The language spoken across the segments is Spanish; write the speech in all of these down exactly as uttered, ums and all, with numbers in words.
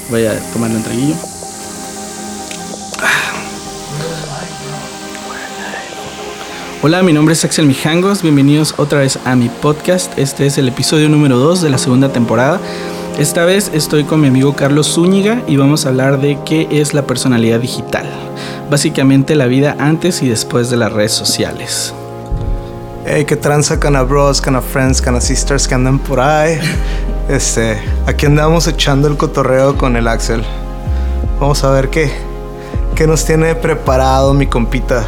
Voy a tomar un traguillo. Hola, mi nombre es Axel Mijangos. Bienvenidos otra vez a mi podcast. Este es el episodio número dos de la segunda temporada. Esta vez estoy con mi amigo Carlos Zúñiga y vamos a hablar de qué es la personalidad digital. Básicamente la vida antes y después de las redes sociales. Hey, qué tranza, cana bros, cana friends, cana sisters que andan por ahí. Este, aquí andamos echando el cotorreo con el Axel. Vamos a ver qué, qué nos tiene preparado mi compita.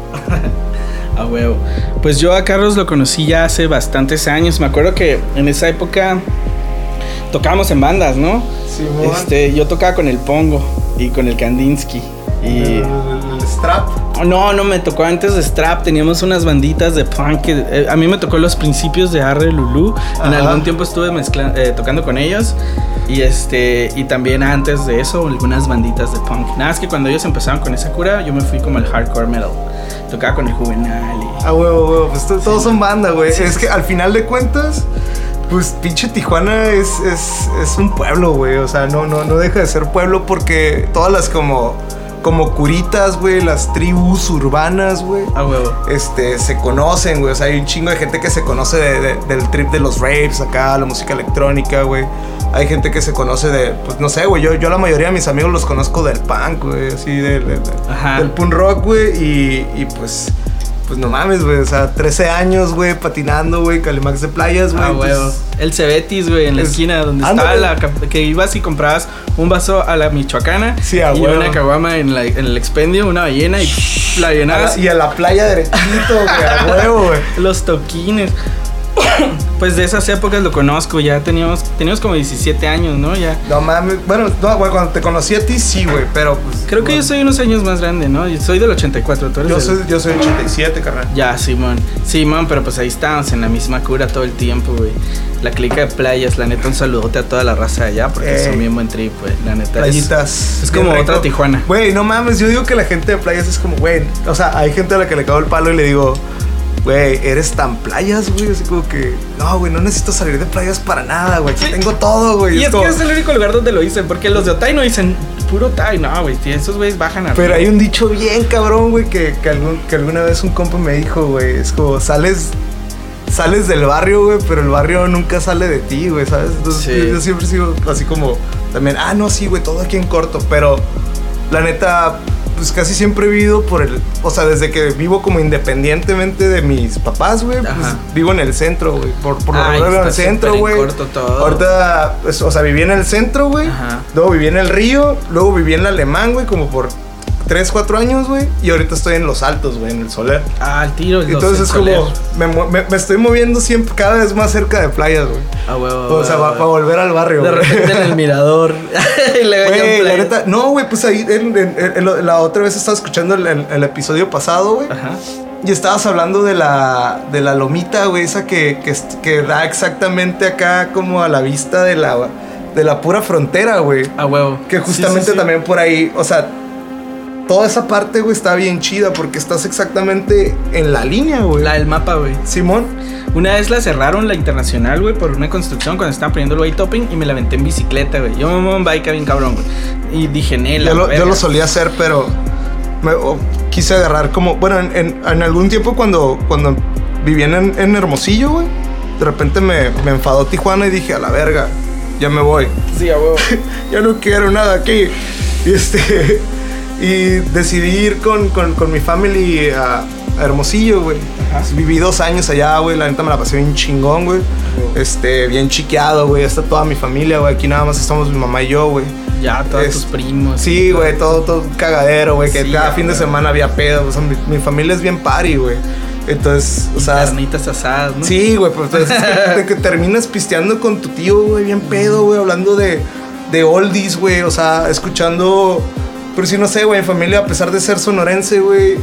A huevo. Pues yo a Carlos lo conocí ya hace bastantes años. Me acuerdo que en esa época tocábamos en bandas, ¿no? Sí, bueno. Este, yo tocaba con el Pongo y con el Kandinsky. Y... ¿El, el, el Strap? No, no, me tocó antes de Strap. Teníamos unas banditas de punk que, eh, a mí me tocó los principios de Arre Lulú. En algún tiempo estuve mezcla- eh, tocando con ellos. Y este y también antes de eso algunas banditas de punk. Nada, es que cuando ellos empezaron con esa cura, yo me fui como al hardcore metal. Tocaba con el Juvenal y... Ah, huevo, huevo, pues t- todos sí, son banda, güey. sí, Es sí. que al final de cuentas, pues pinche Tijuana es, es, es un pueblo, güey. O sea, no, no, no deja de ser pueblo porque todas las como... Como curitas, güey, las tribus urbanas, güey. Ah, huevo. Este, se conocen, güey. O sea, hay un chingo de gente que se conoce de, de, del trip de los raves acá, la música electrónica, güey. Hay gente que se conoce de, pues no sé, güey. Yo, yo la mayoría de mis amigos los conozco del punk, güey. Así, del, del, Ajá. del punk rock, güey. Y, y pues, pues no mames, güey. O sea, trece años, güey, patinando, güey. Calimax de playas, güey. Ah, huevo. Entonces, El Cebetis, güey, en la es- esquina donde ándale. estaba la... cap- Que ibas y comprabas un vaso a la michoacana. Sí, a y huevo. una caguama en, la, en el expendio, una ballena y pff, la a llenabas. la- y a la playa derechito, güey. A huevo, güey. Los toquines. Pues de esas épocas lo conozco, ya teníamos, teníamos como diecisiete años, ¿no? Ya. No mames. Bueno, no, güey, cuando te conocí a ti, sí, güey. Pero pues. Creo que bueno, yo soy unos años más grande, ¿no? Yo soy del ochenta y cuatro, tú eres Yo del... soy, yo soy ochenta y siete, carnal. Ya, Simón. Simón, pero pues ahí estábamos en la misma cura todo el tiempo, güey. La clica de playas, la neta, un saludote a toda la raza de allá porque Ey. son bien buen trip, güey. La neta. es- Playitas. Es, bien como rico. otra Tijuana. Güey, no mames, yo digo que la gente de playas es como, güey, o sea, hay gente a la que le cago el palo y le digo, güey, eres tan playas, güey, así como que, no, güey, no necesito salir de playas para nada, güey, aquí Sí. tengo todo, güey. Y es como- que es el único lugar donde lo dicen, porque los de Otay no dicen puro Otay, no, güey. Esos güeyes bajan a... Pero hay un dicho bien cabrón, güey, que, que, algún- que alguna vez un compa me dijo, güey, es como, sales... Sales del barrio, güey, pero el barrio nunca sale de ti, güey, ¿sabes? Entonces, Sí. yo, yo siempre sigo así como también, ah, no, sí, güey, todo aquí en corto, pero la neta, pues casi siempre he vivido por el, o sea, desde que vivo como independientemente de mis papás, güey, pues Ajá. vivo en el centro, güey, por, por lo Ay, regular vivo en el está centro, súper en güey. corto todo. Ahorita, pues, o sea, viví en el centro, güey, Ajá. luego viví en el Río, luego viví en el Alemán, güey, como por tres, cuatro años, güey, y ahorita estoy en Los Altos, güey, en el Soler. Ah, el tiro. los Entonces del es como, Soler. me, mu- me, me estoy moviendo siempre cada vez más cerca de playas, güey. Ah, huevo. O sea, para volver al barrio, De güey. repente en el mirador. Y luego ya en Güey, la playa. neta, no, güey, pues ahí, en, en- en- la otra vez estaba escuchando el, el- el episodio pasado, güey. Ajá. Y estabas hablando de la, de la lomita, güey, esa que, que, est- que da exactamente acá como a la vista de la, de la pura frontera, güey. A huevo. Que justamente Sí, sí, sí. también por ahí, o sea, toda esa parte, güey, está bien chida porque estás exactamente en la línea, güey. La del mapa, güey. Simón. Una vez la cerraron, la internacional, güey, por una construcción cuando estaban poniendo el white topping y me la aventé en bicicleta, güey. Yo me muevo en bike bien cabrón, güey. Y dije, Nela. Yo lo, yo lo solía hacer, pero me, o, quise agarrar como... Bueno, en, en, en algún tiempo cuando, cuando vivía en, en Hermosillo, güey, de repente me, me enfadó Tijuana y dije, a la verga, ya me voy. Sí, a huevo. Ya no quiero nada aquí. Y este... Y decidí ir con, con, con mi family a, a Hermosillo, güey. Viví dos años allá, güey. La neta me la pasé bien chingón, güey. Este, bien chiqueado, güey. Está toda mi familia, güey. Aquí nada más estamos mi mamá y yo, güey. Ya, todos Es- tus primos. Sí, güey, todo, todo un cagadero, güey. Que Sí, cada ya, fin de güey. semana había pedo. O sea, mi, mi familia es bien party, güey. Entonces, o sea. Carnitas asadas, ¿no? Sí, güey, pues entonces es que, de que terminas pisteando con tu tío, güey, bien pedo, güey, hablando de, de oldies, güey. O sea, escuchando. Pero sí, no sé, güey, mi familia, a pesar de ser sonorense, güey.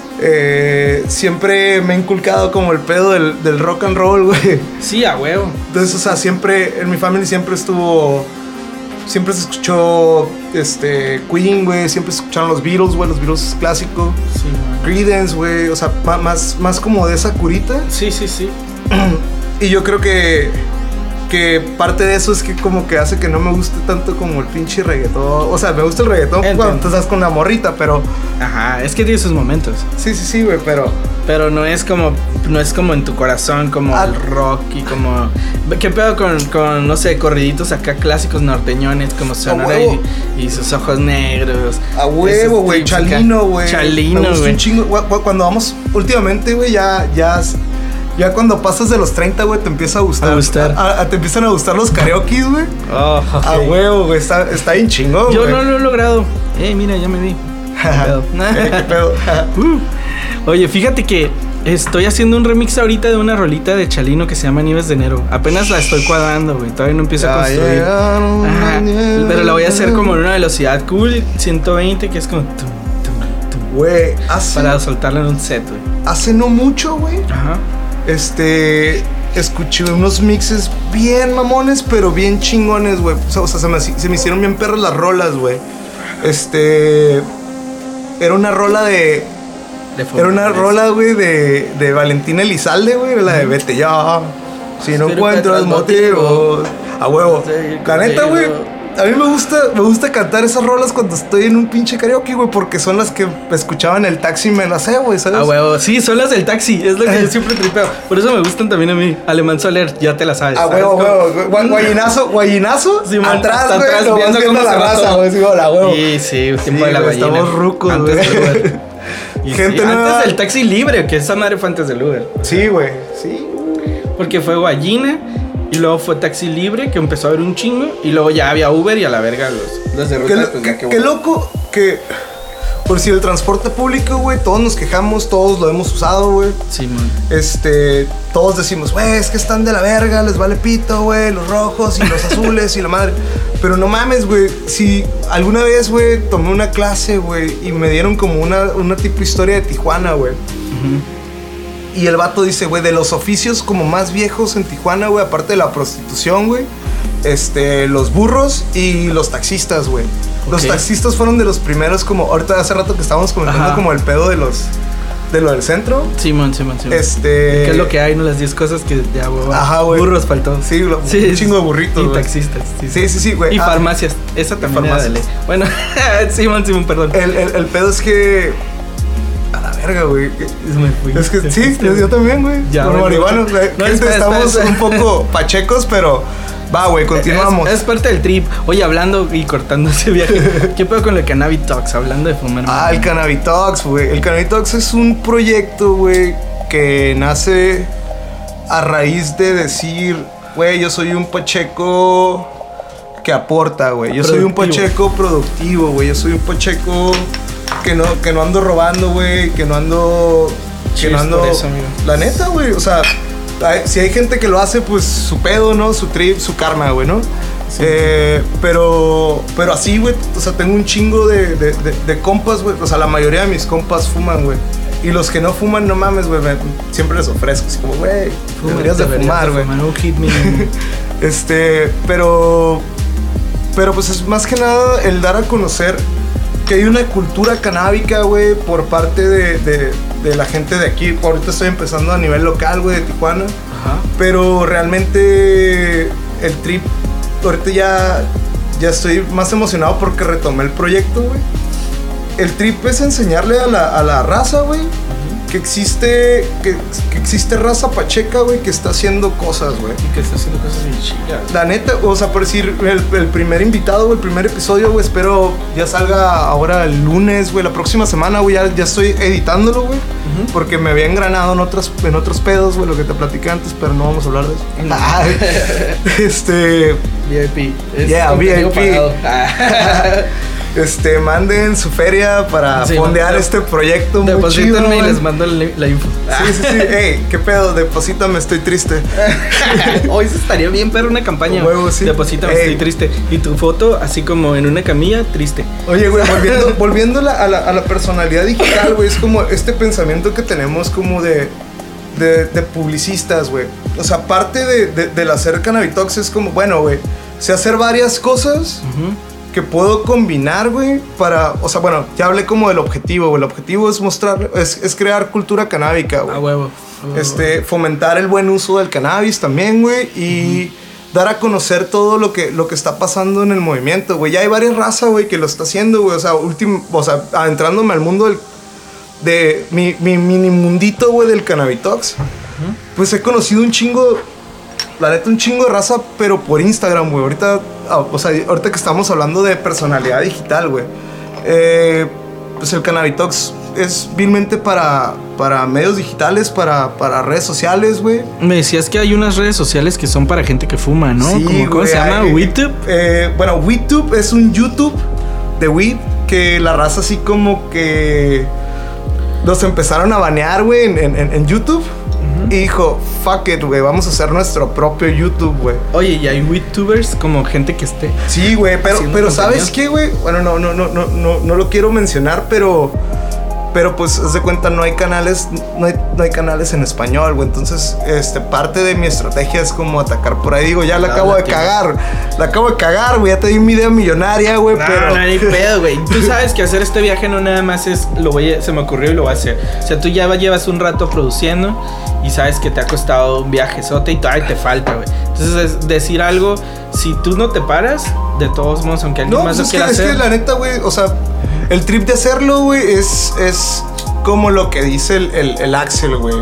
Eh, siempre me he inculcado como el pedo del, del rock and roll, güey. Sí, a huevo. Entonces, o sea, siempre, en mi familia siempre estuvo, siempre se escuchó, este, Queen, güey, siempre se escucharon los Beatles, güey, los Beatles clásicos, Sí, man. Creedence, güey, o sea, ma- más, más como de esa curita. Sí, sí, sí. Y yo creo que, que parte de eso es que como que hace que no me guste tanto como el pinche reggaetón. O sea, me gusta el reggaetón Entiendo. cuando tú estás con la morrita, pero... Ajá, es que tiene sus momentos. Sí, sí, sí, güey, pero... Pero no es como, no es como en tu corazón, como ah. el rock y como... ¿Qué pedo con, con, no sé, corriditos acá clásicos norteñones como Sonora y, y sus ojos negros? A huevo, güey, Chalino, güey. Chalino, güey. un chingo. Cuando vamos, últimamente, güey, ya, ya... Ya cuando pasas de los treinta, güey, te empieza a gustar. A gustar. A, a, te empiezan a gustar los karaokes, güey. Oh, okay. A huevo, güey. Está, está bien chingón, Yo güey. no lo he logrado. Eh, mira, ya me vi. ¿Qué pedo? ¿Qué pedo? uh. Oye, fíjate que estoy haciendo un remix ahorita de una rolita de Chalino que se llama Nieves de Enero. Apenas la estoy cuadrando, güey. Todavía no empiezo a construir. Ajá. Pero la voy a hacer como en una velocidad cool, ciento veinte, que es como... Güey, hace... Para soltarla en un set, güey. Hace no mucho, güey. Ajá. Este... Escuché unos mixes bien mamones, pero bien chingones, güey. O sea, o sea se, me, se me hicieron bien perras las rolas, güey. Este... Era una rola de... de Era una rola, güey, de, de Valentina Elizalde, güey. La de Vete ya. Si no encuentras motivos. A huevo. La neta, güey. A mí me gusta, me gusta cantar esas rolas cuando estoy en un pinche karaoke, güey, porque son las que escuchaba en el taxi y me las sé, güey, ¿sabes? Ah, huevo, sí, son las del taxi, es lo que yo siempre tripeo. Por eso me gustan también a mí. Alemán Soler, ya te la sabes. Ah, huevo, huevo. Guayinazo, guayinazo. Sí, man, atrás, güey, atrás, lo viendo, viendo la raza, güey, sí, la huevo. Sí, sí, tiempo sí, de la güey, gallina. Estamos rucos, güey. Y Gente sí, nueva. Antes del taxi libre, que esa madre fue antes del Uber. Sí, güey, sí. Porque fue gallina. Y luego fue taxi libre, que empezó a haber un chingo. Y luego ya había Uber y a la verga los, los de ruta. Qué, pues, qué, qué qué loco que... Por si el transporte público, güey, todos nos quejamos, todos lo hemos usado, güey. Sí, man. Este, todos decimos, güey, es que están de la verga, les vale pito, güey, los rojos y los azules y la madre. Pero no mames, güey, si alguna vez, güey, tomé una clase, güey, y me dieron como una, una tipo historia de Tijuana, güey. Uh-huh. Y el vato dice, güey, de los oficios como más viejos en Tijuana, güey, aparte de la prostitución, güey, este, los burros y los taxistas, güey. Okay. Los taxistas fueron de los primeros, como, ahorita hace rato que estábamos comentando, ajá, como el pedo de los, de lo del centro. Simón, Simón, Simón. Este... ¿Qué es lo que hay, no? Las diez cosas que ya, güey. Ajá, güey. Burros faltó. Sí, lo, sí, un chingo de burritos, y güey. taxistas. Sí, sí, sí, sí, güey. Y ah, farmacias. Esa también era de ley. Bueno, Simón, Simón, perdón. El, el, el pedo es que... A la verga, güey. Es, es que sí, yo, yo también, güey. Ya, Con marihuana, güey. No, Gente, espera, estamos espera, espera. un poco pachecos, pero... Va, güey, continuamos. Es, es parte del trip. Oye, hablando y cortando ese viaje, ¿qué pedo con el Cannabitox? Hablando de fumar. Ah, el Cannabitox, güey. El Cannabitox es un proyecto, güey, que nace a raíz de decir, güey, yo soy un pacheco que aporta, güey. Yo productivo. soy un pacheco productivo, güey. Yo soy un pacheco que no, que no ando robando, güey. Que no ando... Que Cheers no ando... Por eso, amigo. La neta, güey. O sea... Si hay gente que lo hace, pues su pedo, ¿no? Su trip, su karma, güey, ¿no? Sí. Eh, pero, pero así, güey, o sea, tengo un chingo de, de, de, de compas, güey. O sea, la mayoría de mis compas fuman, güey. Y los que no fuman, no mames, güey, siempre les ofrezco. Así como, güey, deberías de fumar, güey. No hit me. Este, pero... Pero pues es más que nada el dar a conocer que hay una cultura canábica, güey, por parte de, de, de la gente de aquí. Ahorita estoy empezando a nivel local, güey, de Tijuana. Ajá. Pero realmente el trip, ahorita ya, ya estoy más emocionado porque retomé el proyecto, güey. El trip es enseñarle a la, a la raza, güey, que existe, que, que existe raza pacheca, güey, que está haciendo cosas, güey. Y que está haciendo cosas bien chidas. La neta, o sea, por decir, el, el primer invitado, güey, el primer episodio, güey, espero ya salga ahora el lunes, güey, la próxima semana, güey, ya, ya estoy editándolo, güey. Uh-huh. Porque me había engranado en otros, en otros pedos, güey, lo que te platicé antes, pero no vamos a hablar de eso. No. este... V I P. Es yeah, V I P. Este, manden su feria para sí, fondear no, este proyecto muy chido. Deposítenme y les mando la, la info. Sí, sí, sí. Ey, qué pedo, deposítame, estoy triste. Hoy se estaría bien para una campaña. Huevo, sí. Deposítame, estoy triste. Y tu foto, así como en una camilla, triste. Oye, güey, volviendo, volviendo a, la, a, la, a la personalidad digital, güey, es como este pensamiento que tenemos como de... De, de publicistas, güey. O sea, parte de, de, del hacer Cannabitox es como, bueno, güey, sé hacer varias cosas uh-huh. que puedo combinar, güey, para... O sea, bueno, ya hablé como del objetivo, güey. El objetivo es mostrar... Es, es crear cultura canábica, güey. Ah, huevo. Este, fomentar el buen uso del cannabis también, güey. Y dar a conocer todo lo que, lo que está pasando en el movimiento, güey. Ya hay varias razas, güey, que lo está haciendo, güey. O sea, último, o sea, adentrándome al mundo del, de mi, mi mini mundito, güey, del Cannabitox. Uh-huh. Pues he conocido un chingo, la neta, un chingo de raza, pero por Instagram, güey. Ahorita, o sea, ahorita que estamos hablando de personalidad digital, güey. Eh, pues el Cannabitox es vilmente para, para medios digitales, para, para redes sociales, güey. Me decías que hay unas redes sociales que son para gente que fuma, ¿no? Sí, ¿Cómo, ¿Cómo se llama? Eh, ¿WeedTube? Eh, bueno, WeedTube es un YouTube de weed que la raza así como que los empezaron a banear, güey, en, en, en YouTube. Uh-huh. Y dijo, fuck it, güey, vamos a hacer nuestro propio YouTube, güey. Oye, ¿y hay WeedTubers como gente que esté? Sí, güey, pero, pero ¿sabes qué, güey? Bueno, no, no, no, no, no, no lo quiero mencionar, pero... Pero pues, haz de cuenta, no hay canales, no hay, no hay canales en español, güey. Entonces, este, parte de mi estrategia es como atacar por ahí. Digo, ya la no, acabo de tiene. cagar. La acabo de cagar, güey. Ya te di mi idea millonaria, güey. No, pero... no, no hay pedo, güey. Tú sabes que hacer este viaje no nada más es, lo voy a, se me ocurrió y lo voy a hacer. O sea, tú ya llevas un rato produciendo y sabes que te ha costado un viajezote y todavía te falta, güey. Entonces, es decir algo, si tú no te paras, de todos modos, aunque alguien no, más pues lo quiera que, hacer. Es que la neta, güey, o sea... El trip de hacerlo, güey, es, es como lo que dice el, el, el Axel, güey.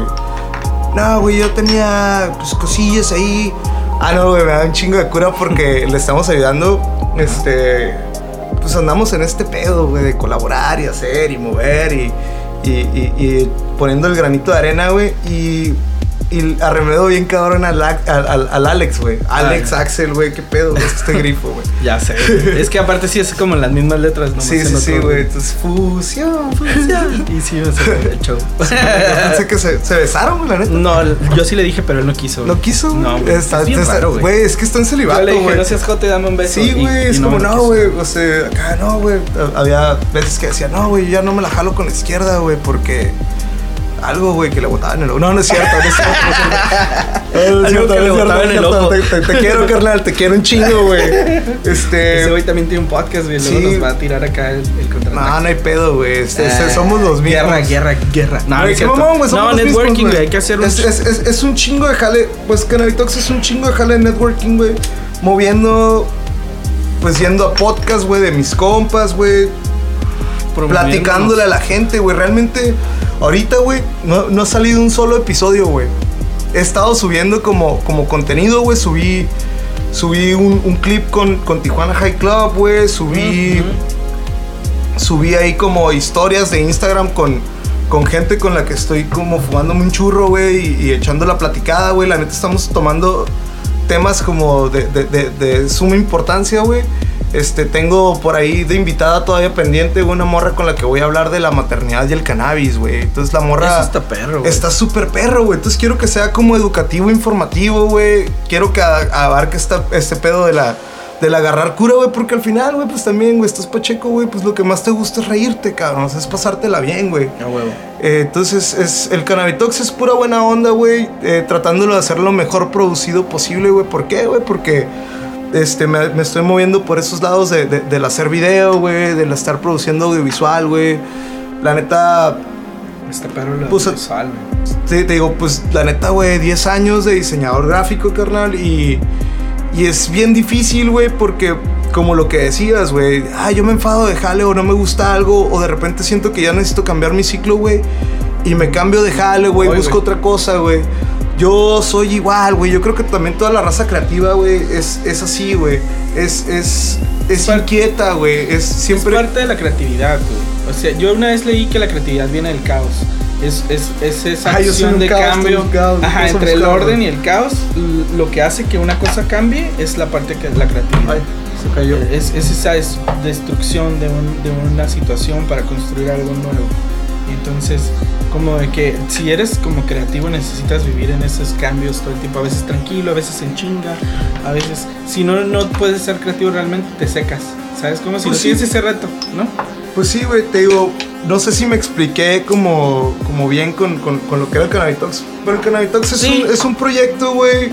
No, güey, yo tenía pues, cosillas ahí. Ah, no, güey, me da un chingo de cura porque le estamos ayudando. Este, pues andamos en este pedo, güey, de colaborar y hacer y mover y, y, y, y poniendo el granito de arena, güey. Y, y arremedo bien cabrón al, al, al, al Alex, güey. Alex, Ay. Axel, güey, qué pedo, güey, este grifo, güey. Ya sé. Es que aparte sí es como las mismas letras, ¿no? Sí, sí, sí, güey. Entonces, fusión, fusión. Y sí, me salió el show. Sí, yo pensé que se, se besaron, güey, la neta. No, yo sí le dije, pero él no quiso. ¿No quiso? No, güey. Está, es bien está, raro, güey. Güey, es que está en celibato, güey. Yo le dije, no seas jote, dame un beso. Sí, güey, es y como, no, no, güey, o sea, acá, no, güey. Había veces que decía, no, güey, ya no me la jalo con la izquierda, güey, porque... Algo, güey, que le botaba en el ojo. No, no es cierto, no es cierto. No es cierto, Algo que le botaba en el ojo. Te, te, te quiero, carnal, te quiero un chingo, güey. Este... Ese güey también tiene un podcast, güey. Luego sí. Nos va a tirar acá el, el contraataque. No, no hay pedo, güey. Este, este, somos los mismos. Guerra, guerra, guerra. No, wey, no, no, wey, no networking, güey. Hay que hacer un... Es, es, es, es un chingo de jale. Pues Cannabitox es un chingo de jale de networking, güey. Moviendo... Pues yendo a podcast, güey, de mis compas, güey. Platicándole a la gente, güey. Realmente... Ahorita, güey, no, no ha salido un solo episodio, güey. He estado subiendo como, como contenido, güey. Subí, subí un, un clip con, con Tijuana High Club, güey. Subí, uh-huh. subí ahí como historias de Instagram con, con gente con la que estoy como fumándome un churro, güey. Y, y echando la platicada, güey. La neta estamos tomando temas como de, de, de, de suma importancia, güey. Este, tengo por ahí de invitada todavía pendiente una morra con la que voy a hablar de la maternidad y el cannabis, güey. Entonces la morra... Eso está perro, güey. Está súper perro, güey. Entonces quiero que sea como educativo, informativo, güey. Quiero que abarque esta, este pedo de la... Del agarrar cura, güey, porque al final, güey, pues también, güey, estás pacheco, güey, pues lo que más te gusta es reírte, cabrón, o sea, es pasártela bien, güey. A huevo. Eh, entonces, es, el Cannabitox es pura buena onda, güey, eh, tratándolo de hacer lo mejor producido posible, güey. ¿Por qué, güey? Porque... Este, me, me estoy moviendo por esos lados de, de, del hacer video, güey, del estar produciendo audiovisual, güey. La neta... Este perro lo pues, audiovisual, güey. Sí, te digo, pues, la neta, güey, diez años de diseñador gráfico, carnal, y... Y es bien difícil, güey, porque... Como lo que decías, güey. Ah, yo me enfado de jale o no me gusta algo, o de repente siento que ya necesito cambiar mi ciclo, güey. Y me cambio de jale, güey, busco wey. otra cosa, güey. Yo soy igual, güey. Yo creo que también toda la raza creativa, güey, es, es así, güey. Es, es, es Part- inquieta, güey. Es siempre... Es parte de la creatividad, güey. O sea, yo una vez leí que la creatividad viene del caos. Es, es, es esa ah, acción de caos, cambio caos, ajá, entre el caos, orden güey. Y el caos. Lo que hace que una cosa cambie es la parte que es la creatividad. Ay, se cayó. Es, es esa es destrucción de, un, de una situación para construir algo nuevo. Y entonces... Como de que si eres como creativo necesitas vivir en esos cambios todo el tiempo. A veces tranquilo, a veces en chinga. A veces, si no, no puedes ser creativo realmente, te secas. ¿Sabes cómo? Si pues no sí. tienes ese reto, ¿no? Pues sí, güey, te digo, no sé si me expliqué como, como bien con, con, con lo que era el Cannabitox. Pero el Cannabitox es, sí. un, es un proyecto, güey,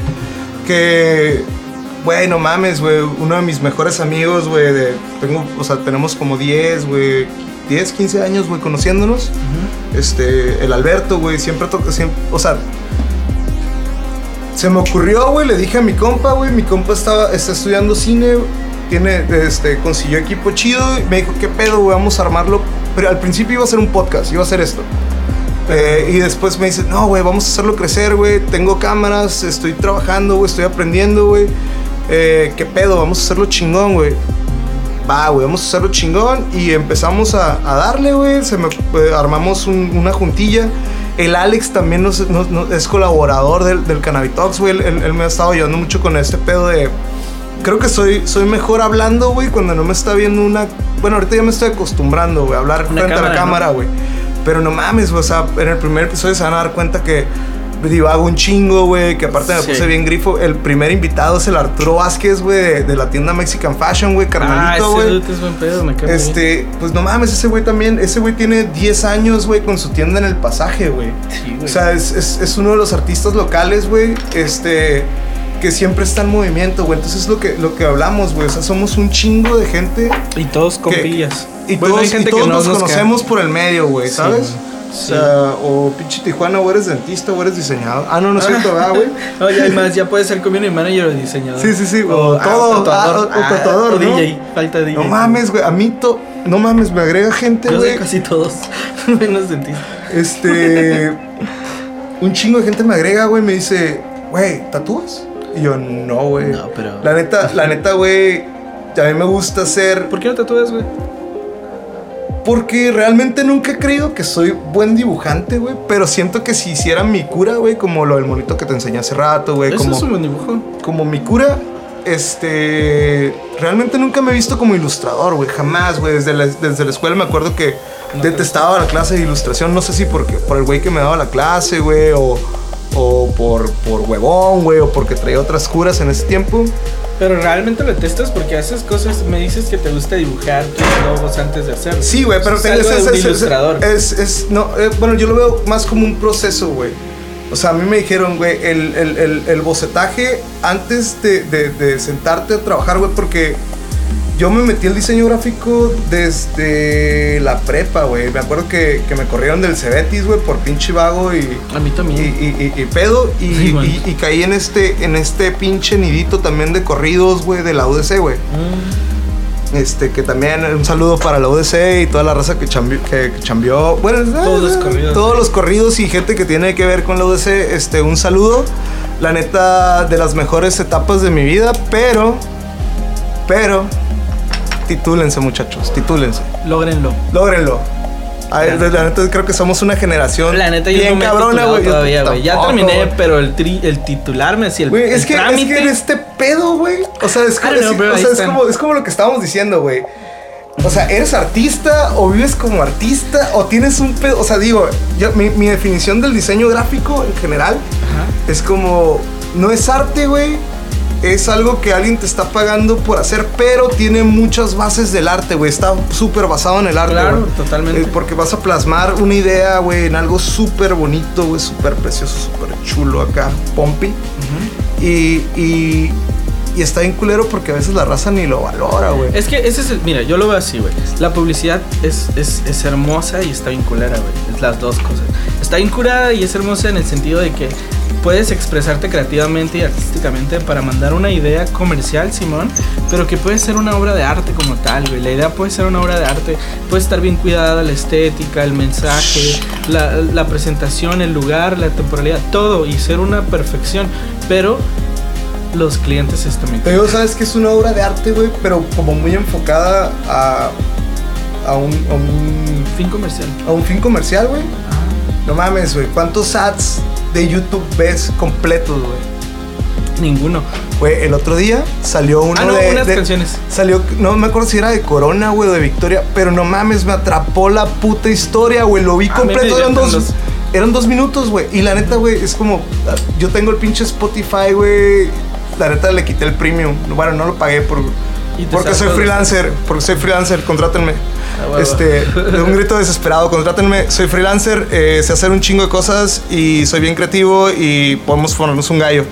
que... Güey, no mames, güey. Uno de mis mejores amigos, güey, de... Tengo, o sea, tenemos como diez, güey... diez, quince años, güey, conociéndonos. Uh-huh. Este, el Alberto, güey, siempre toca, siempre, o sea, se me ocurrió, güey, le dije a mi compa, güey, mi compa estaba, está estudiando cine, tiene, este, consiguió equipo chido, y me dijo, ¿qué pedo, güey? Vamos a armarlo. Pero al principio iba a ser un podcast, iba a ser esto. Eh, y después me dice, no, güey, vamos a hacerlo crecer, güey, tengo cámaras, estoy trabajando, güey, estoy aprendiendo, güey. Eh, ¿Qué pedo? Vamos a hacerlo chingón, güey. Va, güey, vamos a hacerlo chingón. Y empezamos a, a darle, güey, se me, eh, armamos un, una juntilla. El Alex también nos, nos, nos, es colaborador del, del Cannabitox, güey. Él, él me ha estado ayudando mucho con este pedo de... Creo que soy, soy mejor hablando, güey, cuando no me está viendo una... Bueno, ahorita ya me estoy acostumbrando, güey, a hablar una frente cámara, a la cámara, güey. ¿No? Pero no mames, güey, o sea, en el primer episodio se van a dar cuenta que divago un chingo, güey, que aparte me sí. puse bien grifo. El primer invitado es el Arturo Vázquez, güey, de, de la tienda Mexican Fashion, güey, carnalito, güey. Ah, ese es buen pedo, me cae Este, bien. Pues no mames, ese güey también, ese güey tiene diez años, güey, con su tienda en El Pasaje, güey. Sí, güey. O sea, es, es, es uno de los artistas locales, güey, este... que siempre está en movimiento, güey. Entonces es lo que, lo que hablamos, güey. O sea, somos un chingo de gente. Y todos compillas. Que, y, bueno, todos, hay gente y todos que nos, nos conocemos queda. por el medio, güey, ¿sabes? Sí, sí. O sea, o pinche Tijuana, o eres dentista, o eres diseñador. Ah, no, no es cierto, ¿verdad, güey? No, ya hay más. Ya puedes ser community manager o diseñador. Sí, sí, sí. O, o todo. Tatuador. Ah, o, o tatuador, ah, ¿no? D J. Falta D J. No mames, güey. A mí, to, no mames, me agrega gente, güey. Yo sé casi todos. Menos dentista. Este... un chingo de gente me agrega, güey. Me dice, güey, ¿tatúas? Y yo, no, güey. No, pero... La neta, la neta, güey, a mí me gusta hacer... ¿Por qué no tatúas, güey? Porque realmente nunca he creído que soy buen dibujante, güey. Pero siento que si hiciera mi cura, güey, como lo del monito que te enseñé hace rato, güey. Eso como, es un buen dibujo. Como mi cura, este... Realmente nunca me he visto como ilustrador, güey. Jamás, güey. Desde la, desde la escuela me acuerdo que no detestaba la clase de ilustración. No sé si porque, por el güey que me daba la clase, güey, o... O por, por huevón, güey, o porque traía otras curas en ese tiempo. Pero realmente lo detestas porque haces cosas. Me dices que te gusta dibujar tus logos antes de hacerlo. Sí, güey, pero tengo ese es, es, ilustrador. Es, es, es, no, eh, bueno, yo lo veo más como un proceso, güey. O sea, a mí me dijeron, güey, el, el, el, el bocetaje antes de, de, de sentarte a trabajar, güey, porque yo me metí al diseño gráfico desde la prepa, güey. Me acuerdo que, que me corrieron del Cebetis, güey, por pinche vago y... A mí también. Y, y, y, y pedo. Y, sí, y, y caí en este, en este pinche nidito también de corridos, güey, de la U D C, güey. Mm. Este, que también un saludo para la U D C y toda la raza que chambió. Que, que chambió. Bueno, todos eh, los corridos. Todos los corridos y gente que tiene que ver con la U D C. Este, un saludo. La neta, de las mejores etapas de mi vida, pero... Pero... Titúlense, muchachos, titúlense. Lógrenlo. Lógrenlo. Ay, la, la neta, creo que somos una generación la neta, yo bien no cabrona, güey. Todavía, güey. Ya terminé, pero el, tri, el titularme así, el, güey, es el que, trámite... Es que en este pedo, güey. O sea, es, como, know, es, o sea, es, como, es como lo que estábamos diciendo, güey. O sea, ¿eres artista o vives como artista o tienes un pedo? O sea, digo, yo, mi, mi definición del diseño gráfico en general Ajá. es como... No es arte, güey. Es algo que alguien te está pagando por hacer, pero tiene muchas bases del arte, güey. Está súper basado en el arte, Claro, güey. totalmente. Eh, porque vas a plasmar una idea, güey, en algo súper bonito, güey, súper precioso, súper chulo acá, pompi. Uh-huh. Y, y, y está bien culero porque a veces la raza ni lo valora, güey. Es que ese es el... Mira, yo lo veo así, güey. La publicidad es, es, es hermosa y está bien culera, güey. Es las dos cosas. Está bien curada y es hermosa en el sentido de que puedes expresarte creativamente y artísticamente para mandar una idea comercial, Simón, pero que puede ser una obra de arte como tal, güey. La idea puede ser una obra de arte, puede estar bien cuidada la estética, el mensaje, la, la presentación, el lugar, la temporalidad, todo, y ser una perfección, pero los clientes están bien. Pero sabes que es una obra de arte, güey, pero como muy enfocada a, a, un, a un fin comercial. A un fin comercial, güey. No mames, güey. ¿Cuántos ads de YouTube ves completos, güey? Ninguno. Güey, el otro día salió uno ah, no, de... unas de, canciones. Salió, no me acuerdo si era de Corona, güey, o de Victoria, pero no mames, me atrapó la puta historia, güey. Lo vi ah, completo, eran dos, los... eran dos minutos, güey. Y la neta, güey, es como... Yo tengo el pinche Spotify, güey. La neta le quité el premium. Bueno, no lo pagué por... Porque soy freelancer, porque soy freelancer, contrátenme. Ah, bueno. Este, de un grito desesperado, contrátenme. Soy freelancer, eh, sé hacer un chingo de cosas y soy bien creativo y podemos ponernos un gallo.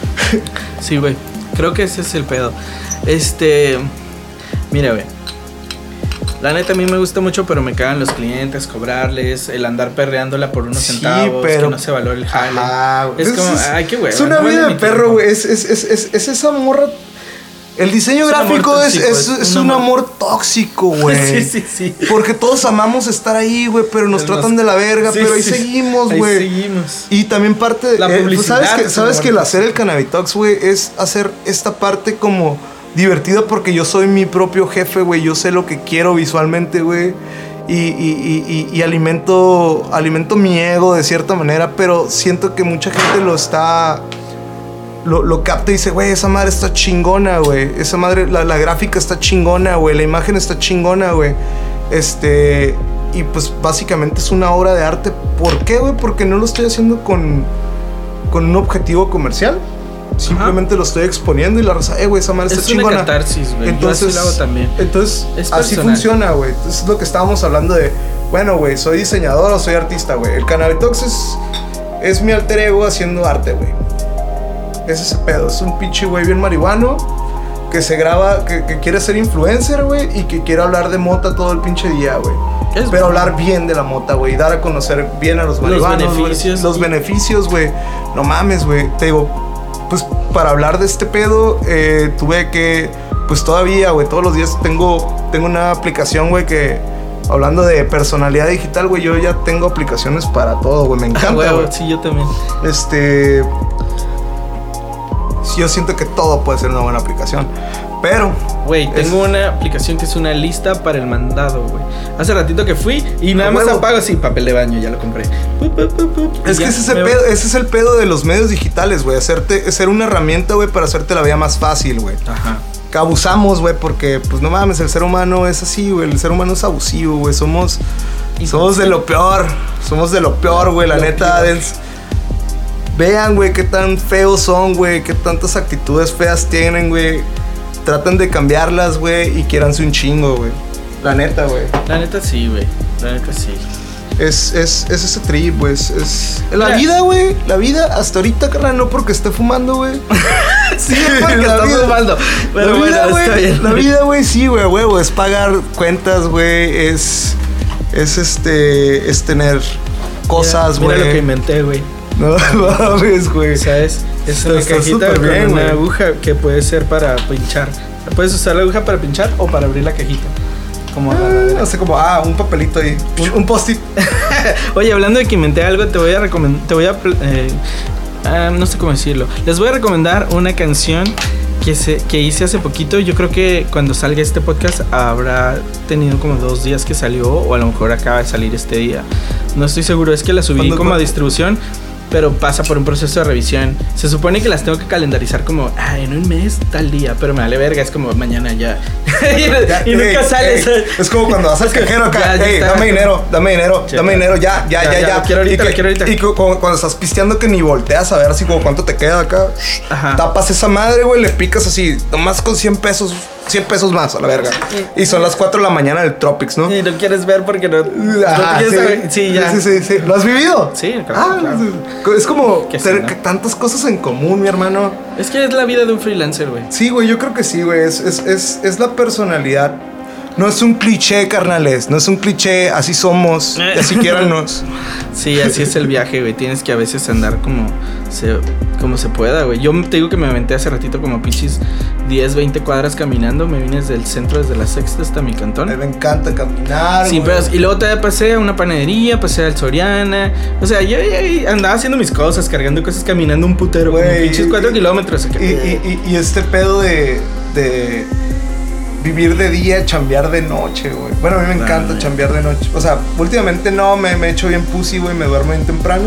Sí, güey. Creo que ese es el pedo. Este, mira, güey. La neta a mí me gusta mucho, pero me cagan los clientes, cobrarles, el andar perreándola por unos Sí, centavos, pero- que no se valore el jale. Ajá, es es- como, es- ay, qué huevo. Es una vida de perro, güey. Es, es, es, es, es esa morra. El diseño Es un amor gráfico es, tóxico, es, es es un un amor- amor tóxico, güey. Sí, sí, sí. Porque todos amamos estar ahí, güey, pero nos Pero tratan nos- de la verga, Sí, pero ahí sí. seguimos, Ahí güey. seguimos. Y también parte de... La eh, pues, publicidad ¿Sabes que, es sabes un que el amor hacer el Cannabitox, güey, es hacer esta parte como divertida porque yo soy mi propio jefe, güey. Yo sé lo que quiero visualmente, güey. Y, y, y, y, y alimento, alimento mi ego de cierta manera, pero siento que mucha gente lo está... Lo, lo capta y dice, güey, esa madre está chingona, güey. Esa madre, la, la gráfica está chingona, güey. La imagen está chingona, güey. Este... Y pues básicamente es una obra de arte. ¿Por qué, güey? Porque no lo estoy haciendo con, con un objetivo comercial. Simplemente lo estoy exponiendo y la raza, eh, güey, esa madre está Es chingona. una catarsis, güey. Entonces, Yo así lo hago también. Entonces, Es así personal. funciona, güey. Entonces, es lo que estábamos hablando de, bueno, güey, soy diseñador o soy artista, güey. El Cannabitox es, es mi alter ego haciendo arte, güey. Es ese pedo. Es un pinche güey bien marihuano que se graba, que, que quiere ser influencer, güey, y que quiere hablar de mota todo el pinche día, güey. Es Pero bueno. hablar bien de la mota, güey. Dar a conocer bien a los Los marihuanos, güey. beneficios Los y- beneficios, güey. No mames, güey. Te digo, pues para hablar de este pedo, eh, tuve que, pues todavía, güey, todos los días tengo, tengo una aplicación, güey, que, hablando de personalidad digital, güey, yo ya tengo aplicaciones para todo, güey. Me Ah, encanta, huevo, güey. sí, yo también. Este... Yo siento que todo puede ser una buena aplicación. Pero... Güey, es- tengo una aplicación que es una lista para el mandado, güey. Hace ratito que fui y nada A más huevo. apago así, papel de baño, ya lo compré. Pup, pup, pup, pup, y Es que ya, ese es, el me voy. pedo, ese es el pedo de los medios digitales, güey. Hacerte, ser una herramienta, güey, para hacerte la vida más fácil, güey. Ajá. Que abusamos, güey, porque, pues no mames, el ser humano es así, güey. El ser humano es abusivo, güey. Somos, somos de lo peor. Somos de lo peor, güey. La Lo neta, peor. des- vean, güey, qué tan feos son, güey. Qué tantas actitudes feas tienen, güey. Traten de cambiarlas, güey, y quiéranse un chingo, güey. La neta, güey. La neta sí, güey. La neta sí. Es, es, es ese trip, güey. Es, es- La Mira. vida, güey. La vida hasta ahorita, carnal, no porque esté fumando, güey. Sí, porque La estás vida- fumando. Pero la bueno, vida, está güey. bien. La vida, güey, sí, güey, huevo. Es pagar cuentas, güey. Es. Es este. Es tener cosas, Mira, güey. mira lo que inventé, güey. No mames, güey. ¿Sabes? Es Está- una está cajita súper con bien, una güey. aguja que puede ser para pinchar. Puedes usar la aguja para pinchar o para abrir la cajita. Como Ah, agarradera. no sé, como, ah, un papelito ahí. Un, un post-it. Oye, hablando de que inventé algo, te voy a recomendar, te voy a, pl- eh, ah, no sé cómo decirlo. Les voy a recomendar una canción que, se, que hice hace poquito. Yo creo que cuando salga este podcast habrá tenido como dos días que salió, o a lo mejor acaba de salir este día. No estoy seguro, es que la subí ¿Cuándo- como a cuándo? distribución, pero pasa por un proceso de revisión. Se supone que las tengo que calendarizar como, ah, en un mes, tal día, pero me vale verga, es como mañana ya. y, Ya, y nunca ey, sale. ey. ¿sabes? Es como cuando vas al cajero acá. Ya, ya Ey, está. dame dinero, dame dinero, Ya, dame ya. dinero, ya, ya, Ya, ya, ya, ya. lo quiero ahorita, y que- lo quiero ahorita. Y cu- cu- cuando estás pisteando que ni volteas a ver así como cuánto te queda acá. Ajá. Tapas esa madre, güey, le picas así, nomás con cien pesos, cien pesos más a la verga. Y son las cuatro de la mañana del Tropics, ¿no? Y no quieres ver porque no. Ajá, no quieres sí. saber. Sí, ya. Sí, sí, sí. ¿Lo has vivido? Sí, claro, Ah, claro. es como Que sí, tener ¿no? que- tantas cosas en común, mi hermano. Es que es la vida de un freelancer, güey. Sí, güey, yo creo que sí, güey. Es, es, es, es la personalidad. No es un cliché, carnales. No es un cliché. Así somos. Y así quiérannos. Sí, así es el viaje, güey. Tienes que a veces andar como se, como se pueda, güey. Yo te digo que me aventé hace ratito como pinches diez, veinte cuadras caminando. Me vine desde el centro, desde la Sexta hasta mi A mí cantón. me encanta caminar. Sin güey. pedos. Y luego todavía pasé a una panadería, pasé al Soriana. O sea, yo, yo andaba haciendo mis cosas, cargando cosas, caminando un putero, como Güey, pinches cuatro y- kilómetros. Y, y, y, y este pedo de, de vivir de día, chambear de noche, güey. Bueno, a mí me Claro, encanta güey. chambear de noche. O sea, últimamente no, me, me he hecho bien pussy, güey. Me duermo bien temprano.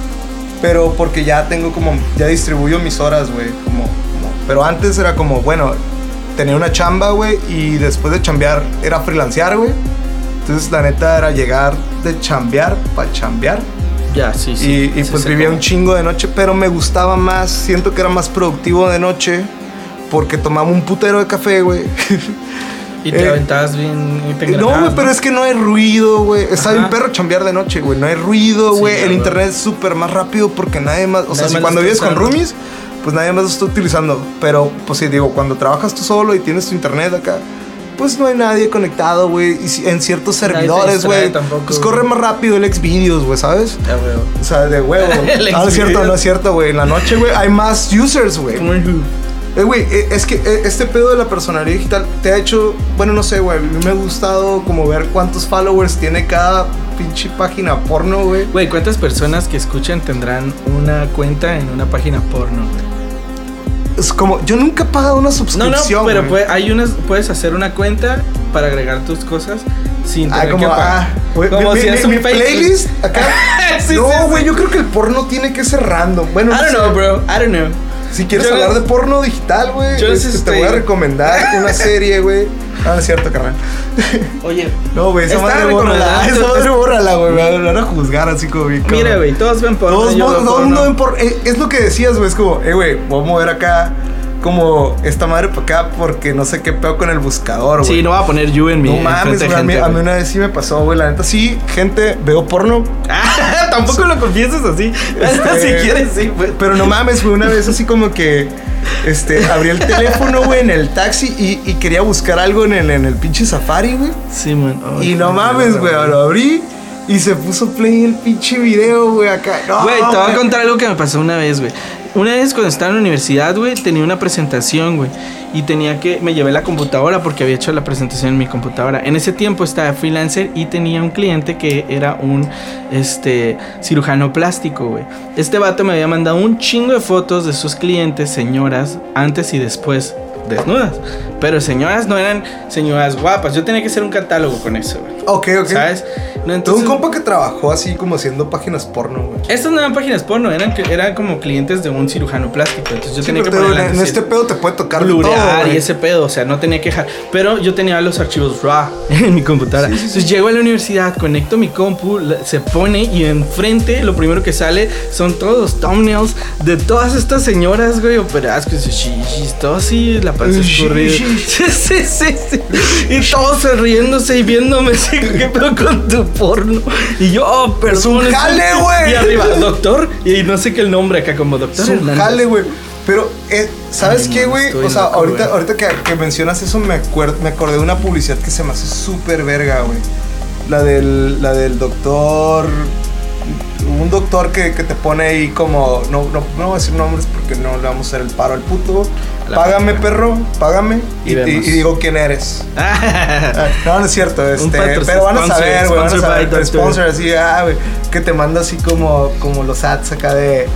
Pero porque ya tengo como, ya distribuyo mis horas, güey. Como, como, pero antes era como, bueno, tenía una chamba, güey. Y después de chambear era freelancear, güey. Entonces, la neta era llegar de chambear para chambear. Ya, sí, sí. Y, y Sí pues sé vivía cómo. un chingo de noche, pero me gustaba más, siento que era más productivo de noche, porque tomaba un putero de café, güey. Y te eh, aventabas bien. Y te No, engranabas, güey, pero es que no hay ruido, güey. Está Ajá. bien perro chambear de noche, güey. No hay ruido, Sí, güey. El claro. internet es súper más rápido porque nadie más... O Nadie sea, si más cuando lo vives está con usando. roomies, pues nadie más lo está utilizando. Pero, pues sí, digo, cuando trabajas tú solo y tienes tu internet acá, pues no hay nadie conectado, güey. Y si, en ciertos servidores, güey, pues corre más rápido el Xvideos, güey, ¿sabes? De huevo. O sea, de huevo. No, no es cierto, no es cierto, güey. En la noche, güey, hay más users, güey. Eh, güey, eh, es que eh, este pedo de la personalidad digital te ha hecho, bueno, no sé, güey, a mí me ha gustado como ver cuántos followers tiene cada pinche página porno, güey. Güey, ¿cuántas personas que escuchan tendrán una cuenta en una página porno, güey? Es como, yo nunca he pagado una suscripción. No, no, pero puede, hay unas, puedes hacer una cuenta para agregar tus cosas sin tener ah, como, que pagar. Ah, wey, como mi, si mi, es mi un playlist acá. sí, no, güey, sí, sí. yo creo que el porno tiene que ser random. Bueno, I no don't sé. know, bro. I don't know. Si quieres yo hablar no, de porno digital, güey, yo este, te voy a recomendar una serie, güey. Ah, no es cierto, carnal. Oye. No, güey, esa madre bórrala. Esa madre bórrala, güey. Me van a juzgar así como bien. Mira, güey, todos ven porno. Todos, yo todo el mundo ven porno. Eh, es lo que decías, güey. Es como, eh, güey, voy a mover acá como esta madre para acá porque no sé qué pedo con el buscador, güey. Sí, no voy a poner you en mi. No mames, güey. A, mí, a mí una vez sí me pasó, güey. La neta, sí, gente, veo porno. Tampoco lo confieses así. Este, si quieres, sí, güey. Pero no mames, güey. Una vez así como que. Este, abrí el teléfono, güey, en el taxi y, y quería buscar algo en el, en el pinche Safari, güey. Sí, man. Oh, y no mames, güey. Lo abrí y se puso play el pinche video, güey, acá. No, güey, te voy güey. a contar algo que me pasó una vez, güey. Una vez cuando estaba en la universidad, güey, tenía una presentación, güey. Y tenía que... Me llevé la computadora porque había hecho la presentación en mi computadora. En ese tiempo estaba freelancer y tenía un cliente que era un, este, cirujano plástico, güey. Este vato me había mandado un chingo de fotos de sus clientes, señoras, antes y después desnudas. Pero señoras no eran señoras guapas. Yo tenía que hacer un catálogo con eso, güey. Ok, ok. ¿Sabes? No, entonces, Tuve un compa que trabajó así como haciendo páginas porno, güey. Estas no eran páginas porno, eran, eran como clientes de un cirujano plástico. Entonces yo Sí, tenía que pero poner en, en este pedo te puede tocar de todo, blurear y güey. ese pedo, o sea, no tenía que dejar. Pero yo tenía los archivos RAW en mi computadora. Sí, sí, sí. Entonces llego a la universidad, conecto mi compu, se pone y enfrente lo primero que sale son todos los thumbnails de todas estas señoras, güey, operadas con sus shishis, todo así, la panza escurrida. Sí, sí, sí, sí. Y todos riéndose y viéndome así, ¿qué pedo con tu porno? Y yo, oh, perdón. Es un jale, güey. Y arriba, doctor, y no sé qué el nombre acá como doctor. Es un jale, güey. Pero, eh, ¿sabes Ay, qué, güey? O sea, loco, ahorita, ahorita que, que mencionas eso, me, acuer- me acordé de una publicidad que se me hace súper verga, güey. La del, la del doctor... Un doctor que, que te pone ahí como... No, no, no voy a decir nombres porque no le vamos a hacer el paro al puto. La págame, pata. Perro, págame. Y, y, y digo quién eres. No, no es cierto. Este, pero van a saber, güey. Van a saber. Sponsor, así, ah, güey. Que te manda así como, como los ads acá de...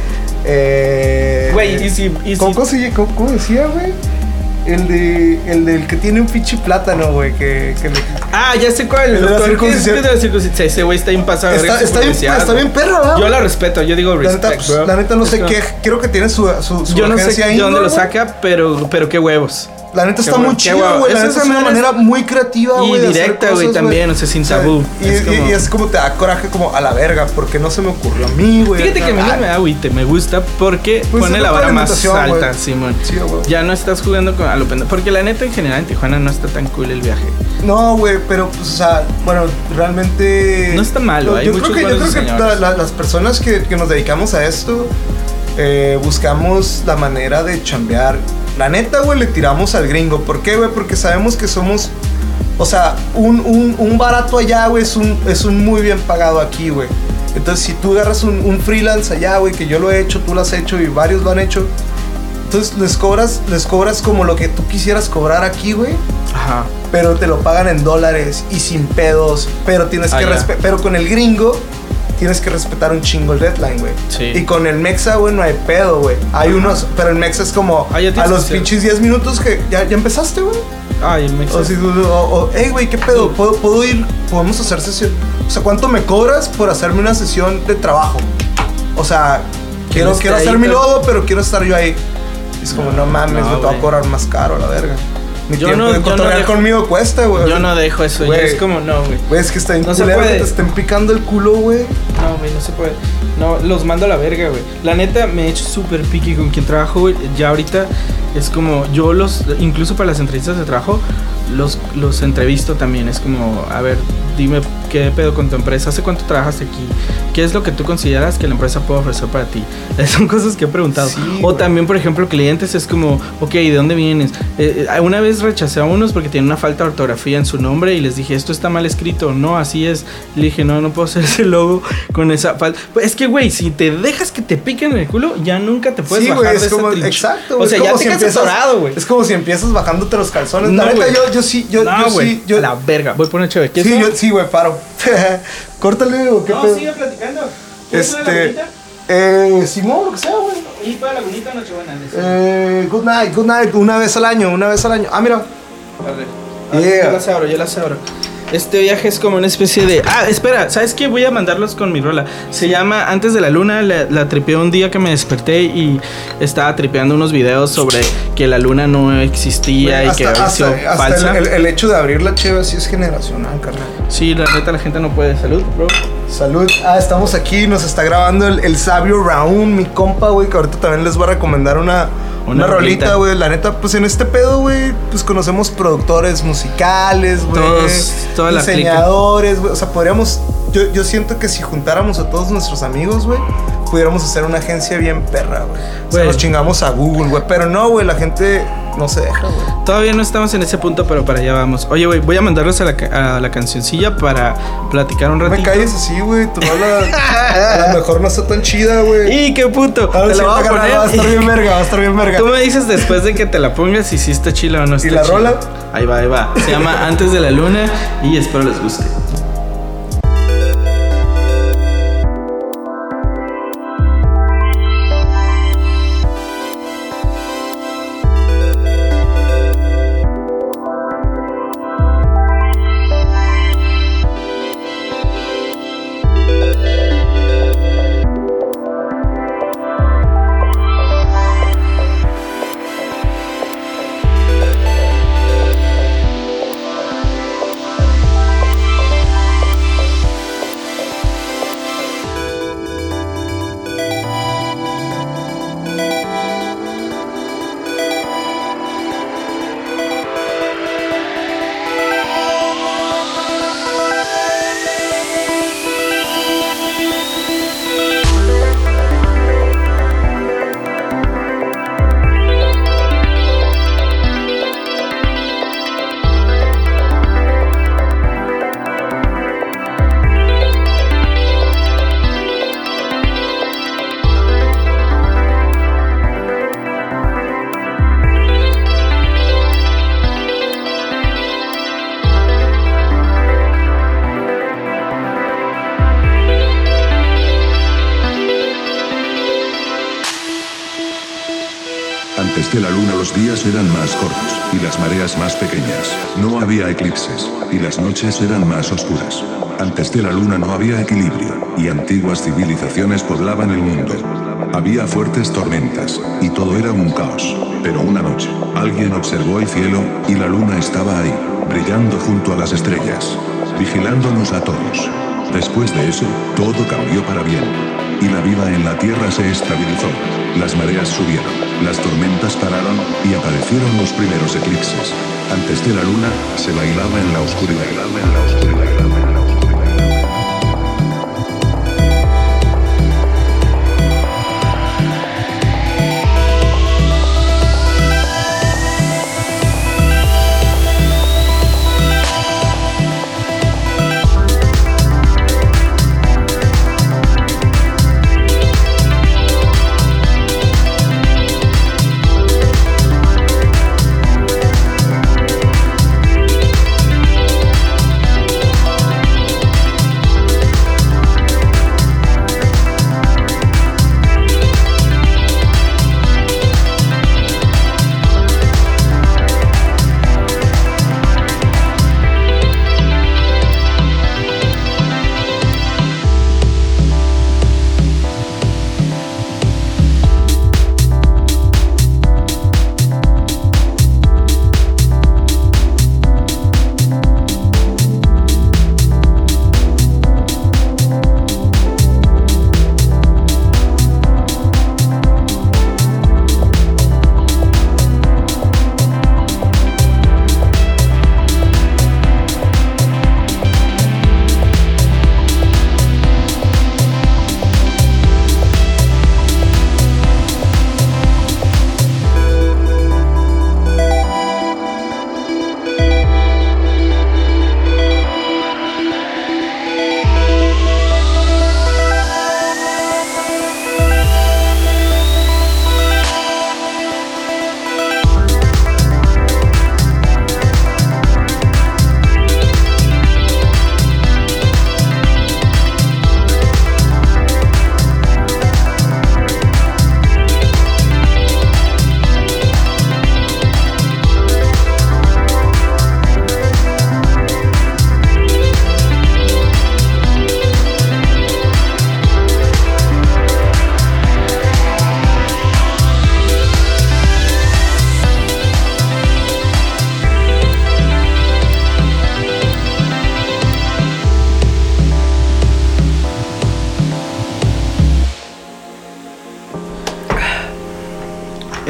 Güey, eh, y si... Y ¿Cómo, si... ¿Cómo, ¿Cómo decía, güey? El de el del que tiene un pinche plátano, güey, que, que le... Ah, ya sé cuál, el, el doctor. ¿Qué es de la circuncisión? Ese güey está bien pasado. Está, está, bien, está bien perro, ¿verdad? Yo la respeto, yo digo respect, la neta, bro. La neta no sé qué, creo que tiene su, su, su yo no sé ahí, de dónde ¿no, lo güey? saca, pero, pero qué huevos. La neta está muy chido, güey. La neta es una manera muy creativa, güey. Y directa, güey, también, o sea, sin tabú. Y es, como... y es como te da coraje, como a la verga, porque no se me ocurrió a mí, güey. Fíjate que a mí no me da agüite, me gusta porque pues pone la vara más alta, Simón. Sí, ya no estás jugando con, a lo pendejo. Porque la neta, en general, en Tijuana no está tan cool el viaje. No, güey, pero, pues, o sea, bueno, realmente. No está malo, hay yo muchos creo que, buenos Yo creo que la, la, las personas que, que nos dedicamos a esto, eh, buscamos la manera de chambear. La neta, güey, le tiramos al gringo. ¿Por qué, güey? Porque sabemos que somos... O sea, un, un, un barato allá, güey, es un, es un muy bien pagado aquí, güey. Entonces, si tú agarras un, un freelance allá, güey, que yo lo he hecho, tú lo has hecho y varios lo han hecho. Entonces, les cobras, les cobras como lo que tú quisieras cobrar aquí, güey. Ajá. Pero te lo pagan en dólares y sin pedos. Pero tienes ah, que respetar... Pero con el gringo... Tienes que respetar un chingo el deadline, güey. Sí. Y con el Mexa, güey, no hay pedo, güey. Hay Ajá. unos... Pero el Mexa es como... Ah, a los pinches diez minutos que... ¿Ya, ya empezaste, güey? Ay, el Mexa. O si tú... O, hey, güey, ¿qué pedo? ¿Puedo, ¿Puedo ir? ¿Podemos hacer sesión? O sea, ¿cuánto me cobras por hacerme una sesión de trabajo? O sea... Quiero, quiero hacer ahí, mi lodo, pero quiero estar yo ahí. Y es como, no, no mames, no, me te va a cobrar más caro, la verga. Mi yo tiempo no, de cotorrear no conmigo cuesta, güey. Yo no dejo eso, güey. Es como, no, güey. Güey, es que está bien no culero que te estén picando el culo, güey. No, güey, no se puede. No, los mando a la verga, güey. La neta, me he hecho súper picky con quien trabajo, güey. Ya ahorita es como, yo los, incluso para las entrevistas de trabajo, los, los entrevisto también. Es como, a ver, dime qué pedo con tu empresa, ¿hace cuánto trabajas aquí? ¿Qué es lo que tú consideras que la empresa puede ofrecer para ti? Son cosas que he preguntado. Sí, o güey. También, por ejemplo, clientes es como, ok, ¿de dónde vienes? Eh, una vez rechacé a unos porque tienen una falta de ortografía en su nombre y les dije, esto está mal escrito. No, así es. Le dije, no, no puedo hacer ese logo con esa falta. Pues es que, güey, si te dejas que te piquen en el culo, ya nunca te puedes sí, bajar güey, de es como, ese exacto. O sea, es ya como te si quedas empiezas, atorado, güey. Es como si empiezas bajándote los calzones. No, la neta, güey. yo, yo sí, yo, no, yo güey, sí. Yo, a la verga. Voy por una chévere. ¿Qué sí, es yo, sí, güey, paro. Córtale, o qué no, pedo. sigue platicando. Este. Eh, Simón, lo que sea, güey. Y para la bonita Nochebuena. Eh, good night, good night. Una vez al año, una vez al año. Ah, mira. A ver. Yeah. Yo las abro, yo las abro. Este viaje es como una especie de... Ah, espera, ¿sabes qué? Voy a mandarlos con mi rola. Se llama Antes de la Luna. La, la tripeé un día que me desperté y estaba tripeando unos videos sobre que la luna no existía. Bueno, y hasta, que había sido hasta falsa. El, el, el hecho de abrir la cheve sí es generacional, carnal. Sí, la neta la gente no puede. Salud, bro. Salud. Ah, estamos aquí, nos está grabando el, el sabio Raúl, mi compa, güey, que ahorita también les voy a recomendar una... Una, una rolita, güey. La neta, pues en este pedo, güey, pues conocemos productores musicales, güey. Todos, diseñadores, güey. O sea, podríamos... Yo, yo siento que si juntáramos a todos nuestros amigos, güey, pudiéramos hacer una agencia bien perra, güey. O sea, nos chingamos a Google, güey. Pero no, güey, la gente no se deja, güey. Todavía no estamos en ese punto, pero para allá vamos. Oye, güey, voy a mandarles a la, a la cancioncilla para platicar un ratito. No me calles así, güey. Tu rola a lo mejor no está tan chida, güey. ¡Y qué puto! Te la voy a poner. Va a estar bien verga, va a estar bien verga. Tú me dices después de que te la pongas si sí está chila o no está chila. ¿Y la chila. rola? Ahí va, ahí va. Se llama Antes de la Luna y espero les guste. Antes de la luna los días eran más cortos, y las mareas más pequeñas. No había eclipses, y las noches eran más oscuras. Antes de la luna no había equilibrio, y antiguas civilizaciones poblaban el mundo. Había fuertes tormentas, y todo era un caos. Pero una noche, alguien observó el cielo, y la luna estaba ahí, brillando junto a las estrellas, vigilándonos a todos. Después de eso, todo cambió para bien. Y la vida en la Tierra se estabilizó. Las mareas subieron, las tormentas pararon, y aparecieron los primeros eclipses. Antes de la luna, se bailaba en la oscuridad. Bailaba en la oscuridad.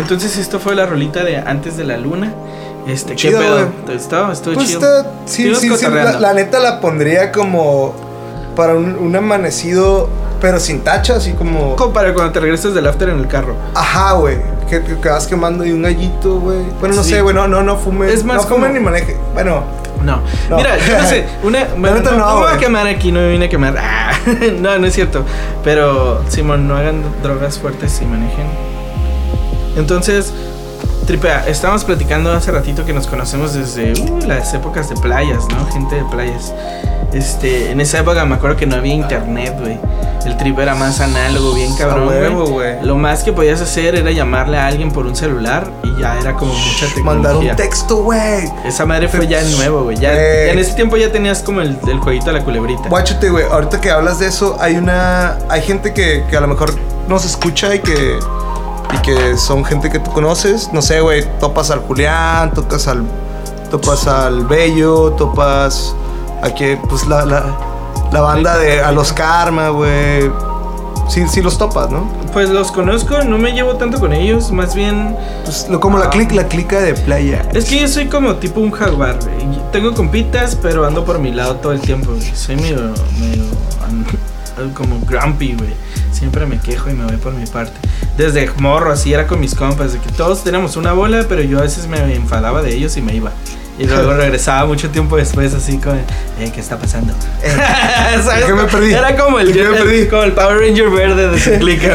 entonces esto fue la rolita de Antes de la Luna. Este, chido, ¿qué pedo? Wey. ¿Te gustó? Estuvo pues chido. Está, sí, sí, sí, la, la neta la pondría como para un, un amanecido, pero sin tacha, así como... Como para cuando te regresas del after en el carro. Ajá, güey. Que, que, que vas quemando y un gallito, güey. Bueno, no sí. sé, güey, no, no, no fume. Es más no como... fume ni maneje. Bueno... No. no. Mira, yo no sé. Una, no, no, no, no me voy a wey. quemar aquí, no me vine a quemar. Ah, no, no es cierto. Pero, Simón, no hagan drogas fuertes y manejen. Entonces, Tripea, estábamos platicando hace ratito que nos conocemos desde uh, las épocas de playas, ¿no? Gente de playas. Este, en esa época me acuerdo que no había internet, güey. El trip era más análogo, bien cabrón, güey. Lo más que podías hacer era llamarle a alguien por un celular y ya era como mucha tecnología. Mandar un texto, güey. Esa madre fue ya nuevo, güey. Ya, ya en ese tiempo ya tenías como el, el jueguito de la culebrita. Guáchate, güey. Ahorita que hablas de eso, hay una... Hay gente que, que a lo mejor nos escucha y que... Y que son gente que tú conoces. No sé, güey. Topas al Julián, tocas al... Topas al Bello, topas... Aquí, pues la... la La banda de A los Karma, güey. Sí, sí los topas, ¿no? Pues los conozco, no me llevo tanto con ellos, más bien... Pues lo, como ah, la, clic, la clica de playa. Es que yo soy como tipo un jaguar, güey. Tengo compitas, pero ando por mi lado todo el tiempo, güey. Soy medio... medio como grumpy, güey. Siempre me quejo y me voy por mi parte. Desde morro, así era con mis compas, de que todos teníamos una bola, pero yo a veces me enfadaba de ellos y me iba. Y luego regresaba mucho tiempo después así como, eh, ¿qué está pasando? Eh, ¿Sabes? ¿Qué me perdí? Era como el, ¿Qué me perdí? el, como el Power Ranger verde de Ciclica.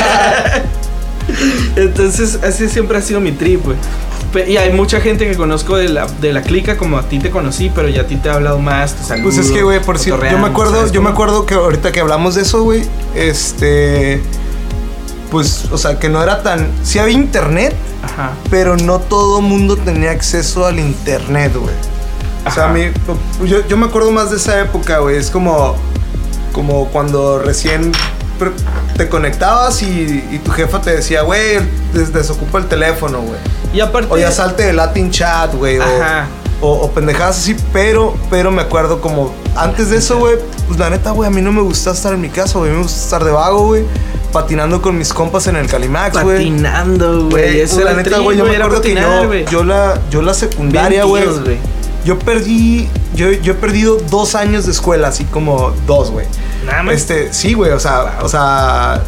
Entonces, así siempre ha sido mi trip, güey. Y hay mucha gente que conozco de la, de la clica, como a ti te conocí, pero ya a ti te he hablado más, te saludo. Pues es que, güey, por si yo me acuerdo, yo me acuerdo que ahorita que hablamos de eso, güey, este... Pues, o sea, que no era tan... Sí había internet, ajá, pero no todo mundo tenía acceso al internet, güey. O sea, a mí... Yo, yo me acuerdo más de esa época, güey. Es como... Como cuando recién te conectabas y, y tu jefa te decía, güey, des, desocupa el teléfono, güey. Y aparte... O ya salte de Latin Chat, güey. Ajá. O, o, o pendejadas así, pero... Pero me acuerdo como... Antes de eso, güey, pues la neta, güey, a mí no me gusta estar en mi casa, güey. A mí me gusta estar de vago, güey. Patinando con mis compas en el Calimax, güey. Patinando, güey. Esa la neta, güey. Yo me acuerdo que yo, yo la, yo la secundaria, güey. Yo perdí, yo, yo he perdido dos años de escuela, así como dos, güey. Nada más. Este, sí, güey. O sea, o sea,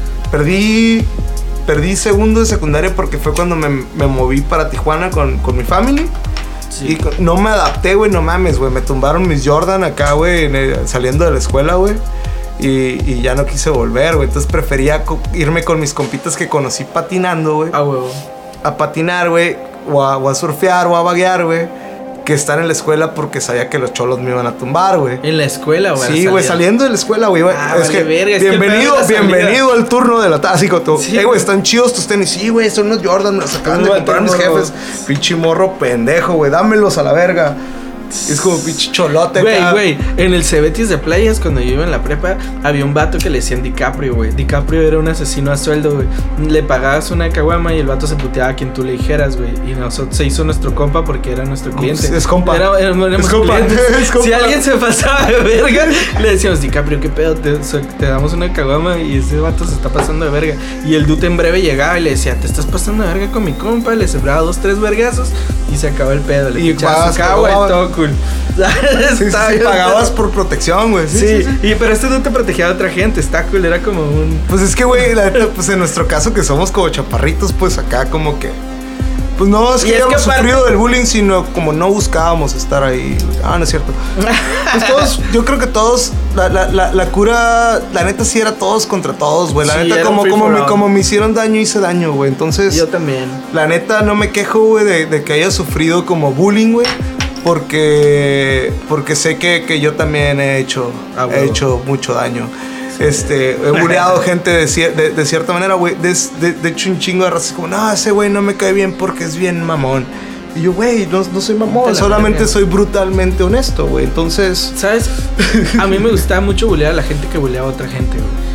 perdí, perdí segundo de secundaria porque fue cuando me, me moví para Tijuana con, con mi family. Sí. Y con, no me adapté, güey. No mames, güey. Me tumbaron mis Jordan acá, güey, saliendo de la escuela, güey. Y, y ya no quise volver, güey. Entonces prefería co- irme con mis compitas que conocí patinando, güey. Ah, huevo. A patinar, güey. O a, o a surfear o a vaguear, güey. Que estar en la escuela porque sabía que los cholos me iban a tumbar, güey. ¿En la escuela, güey? Sí, güey, saliendo de la escuela, güey. Ah, es vale, que verga, es bienvenido, que el bienvenido al turno de la tarde. Así como tú, sí, eh, güey, están chidos tus tenis. Sí, güey, son unos Jordan, me los acaban de comprar mis jefes. Pinche morro pendejo, güey, dámelos a la verga. Es como pinche cholote, güey. Güey, en el Cebetis de Playas, cuando yo iba en la prepa, había un vato que le decían DiCaprio, güey. DiCaprio era un asesino a sueldo, güey. Le pagabas una caguama y el vato se puteaba a quien tú le dijeras, güey. Y nosotros se hizo nuestro compa porque era nuestro cliente. Es compa. Era, éramos es compa. Es compa. Si alguien se pasaba de verga, le decíamos, DiCaprio, ¿qué pedo? Te, te damos una caguama y ese vato se está pasando de verga. Y el dude en breve llegaba y le decía, te estás pasando de verga con mi compa. Le sembraba dos, tres vergazos y se acabó el pedo. Le echaba su cagua y todo cool. Sí, sí, sí, pagabas por protección, güey. Sí, sí, sí, sí. Y, pero este no te protegía de otra gente. Está cool, era como un... Pues es que, güey, la neta, pues en nuestro caso que somos como chaparritos, pues acá como que... Pues no es que hayamos es sufrido aparte... del bullying, sino como no buscábamos estar ahí. Ah, no es cierto. Pues todos, yo creo que todos, la, la, la, la cura, la neta sí era todos contra todos, güey. La sí, neta, como, como, me, como me hicieron daño, hice daño, güey. Entonces... Yo también. La neta, no me quejo, güey, de, de que haya sufrido como bullying, güey. Porque, porque sé que, que yo también he hecho, ah, bueno. he hecho mucho daño. Este, he bulleado gente de, de, de cierta manera, güey. De, de, de hecho, un chingo de razas como, no, ese güey no me cae bien porque es bien mamón. Y yo, güey, no, no soy mamón, solamente verga. Soy brutalmente honesto, güey. Entonces... ¿Sabes? A mí me gustaba mucho bullear a la gente que bulleaba a otra gente, güey.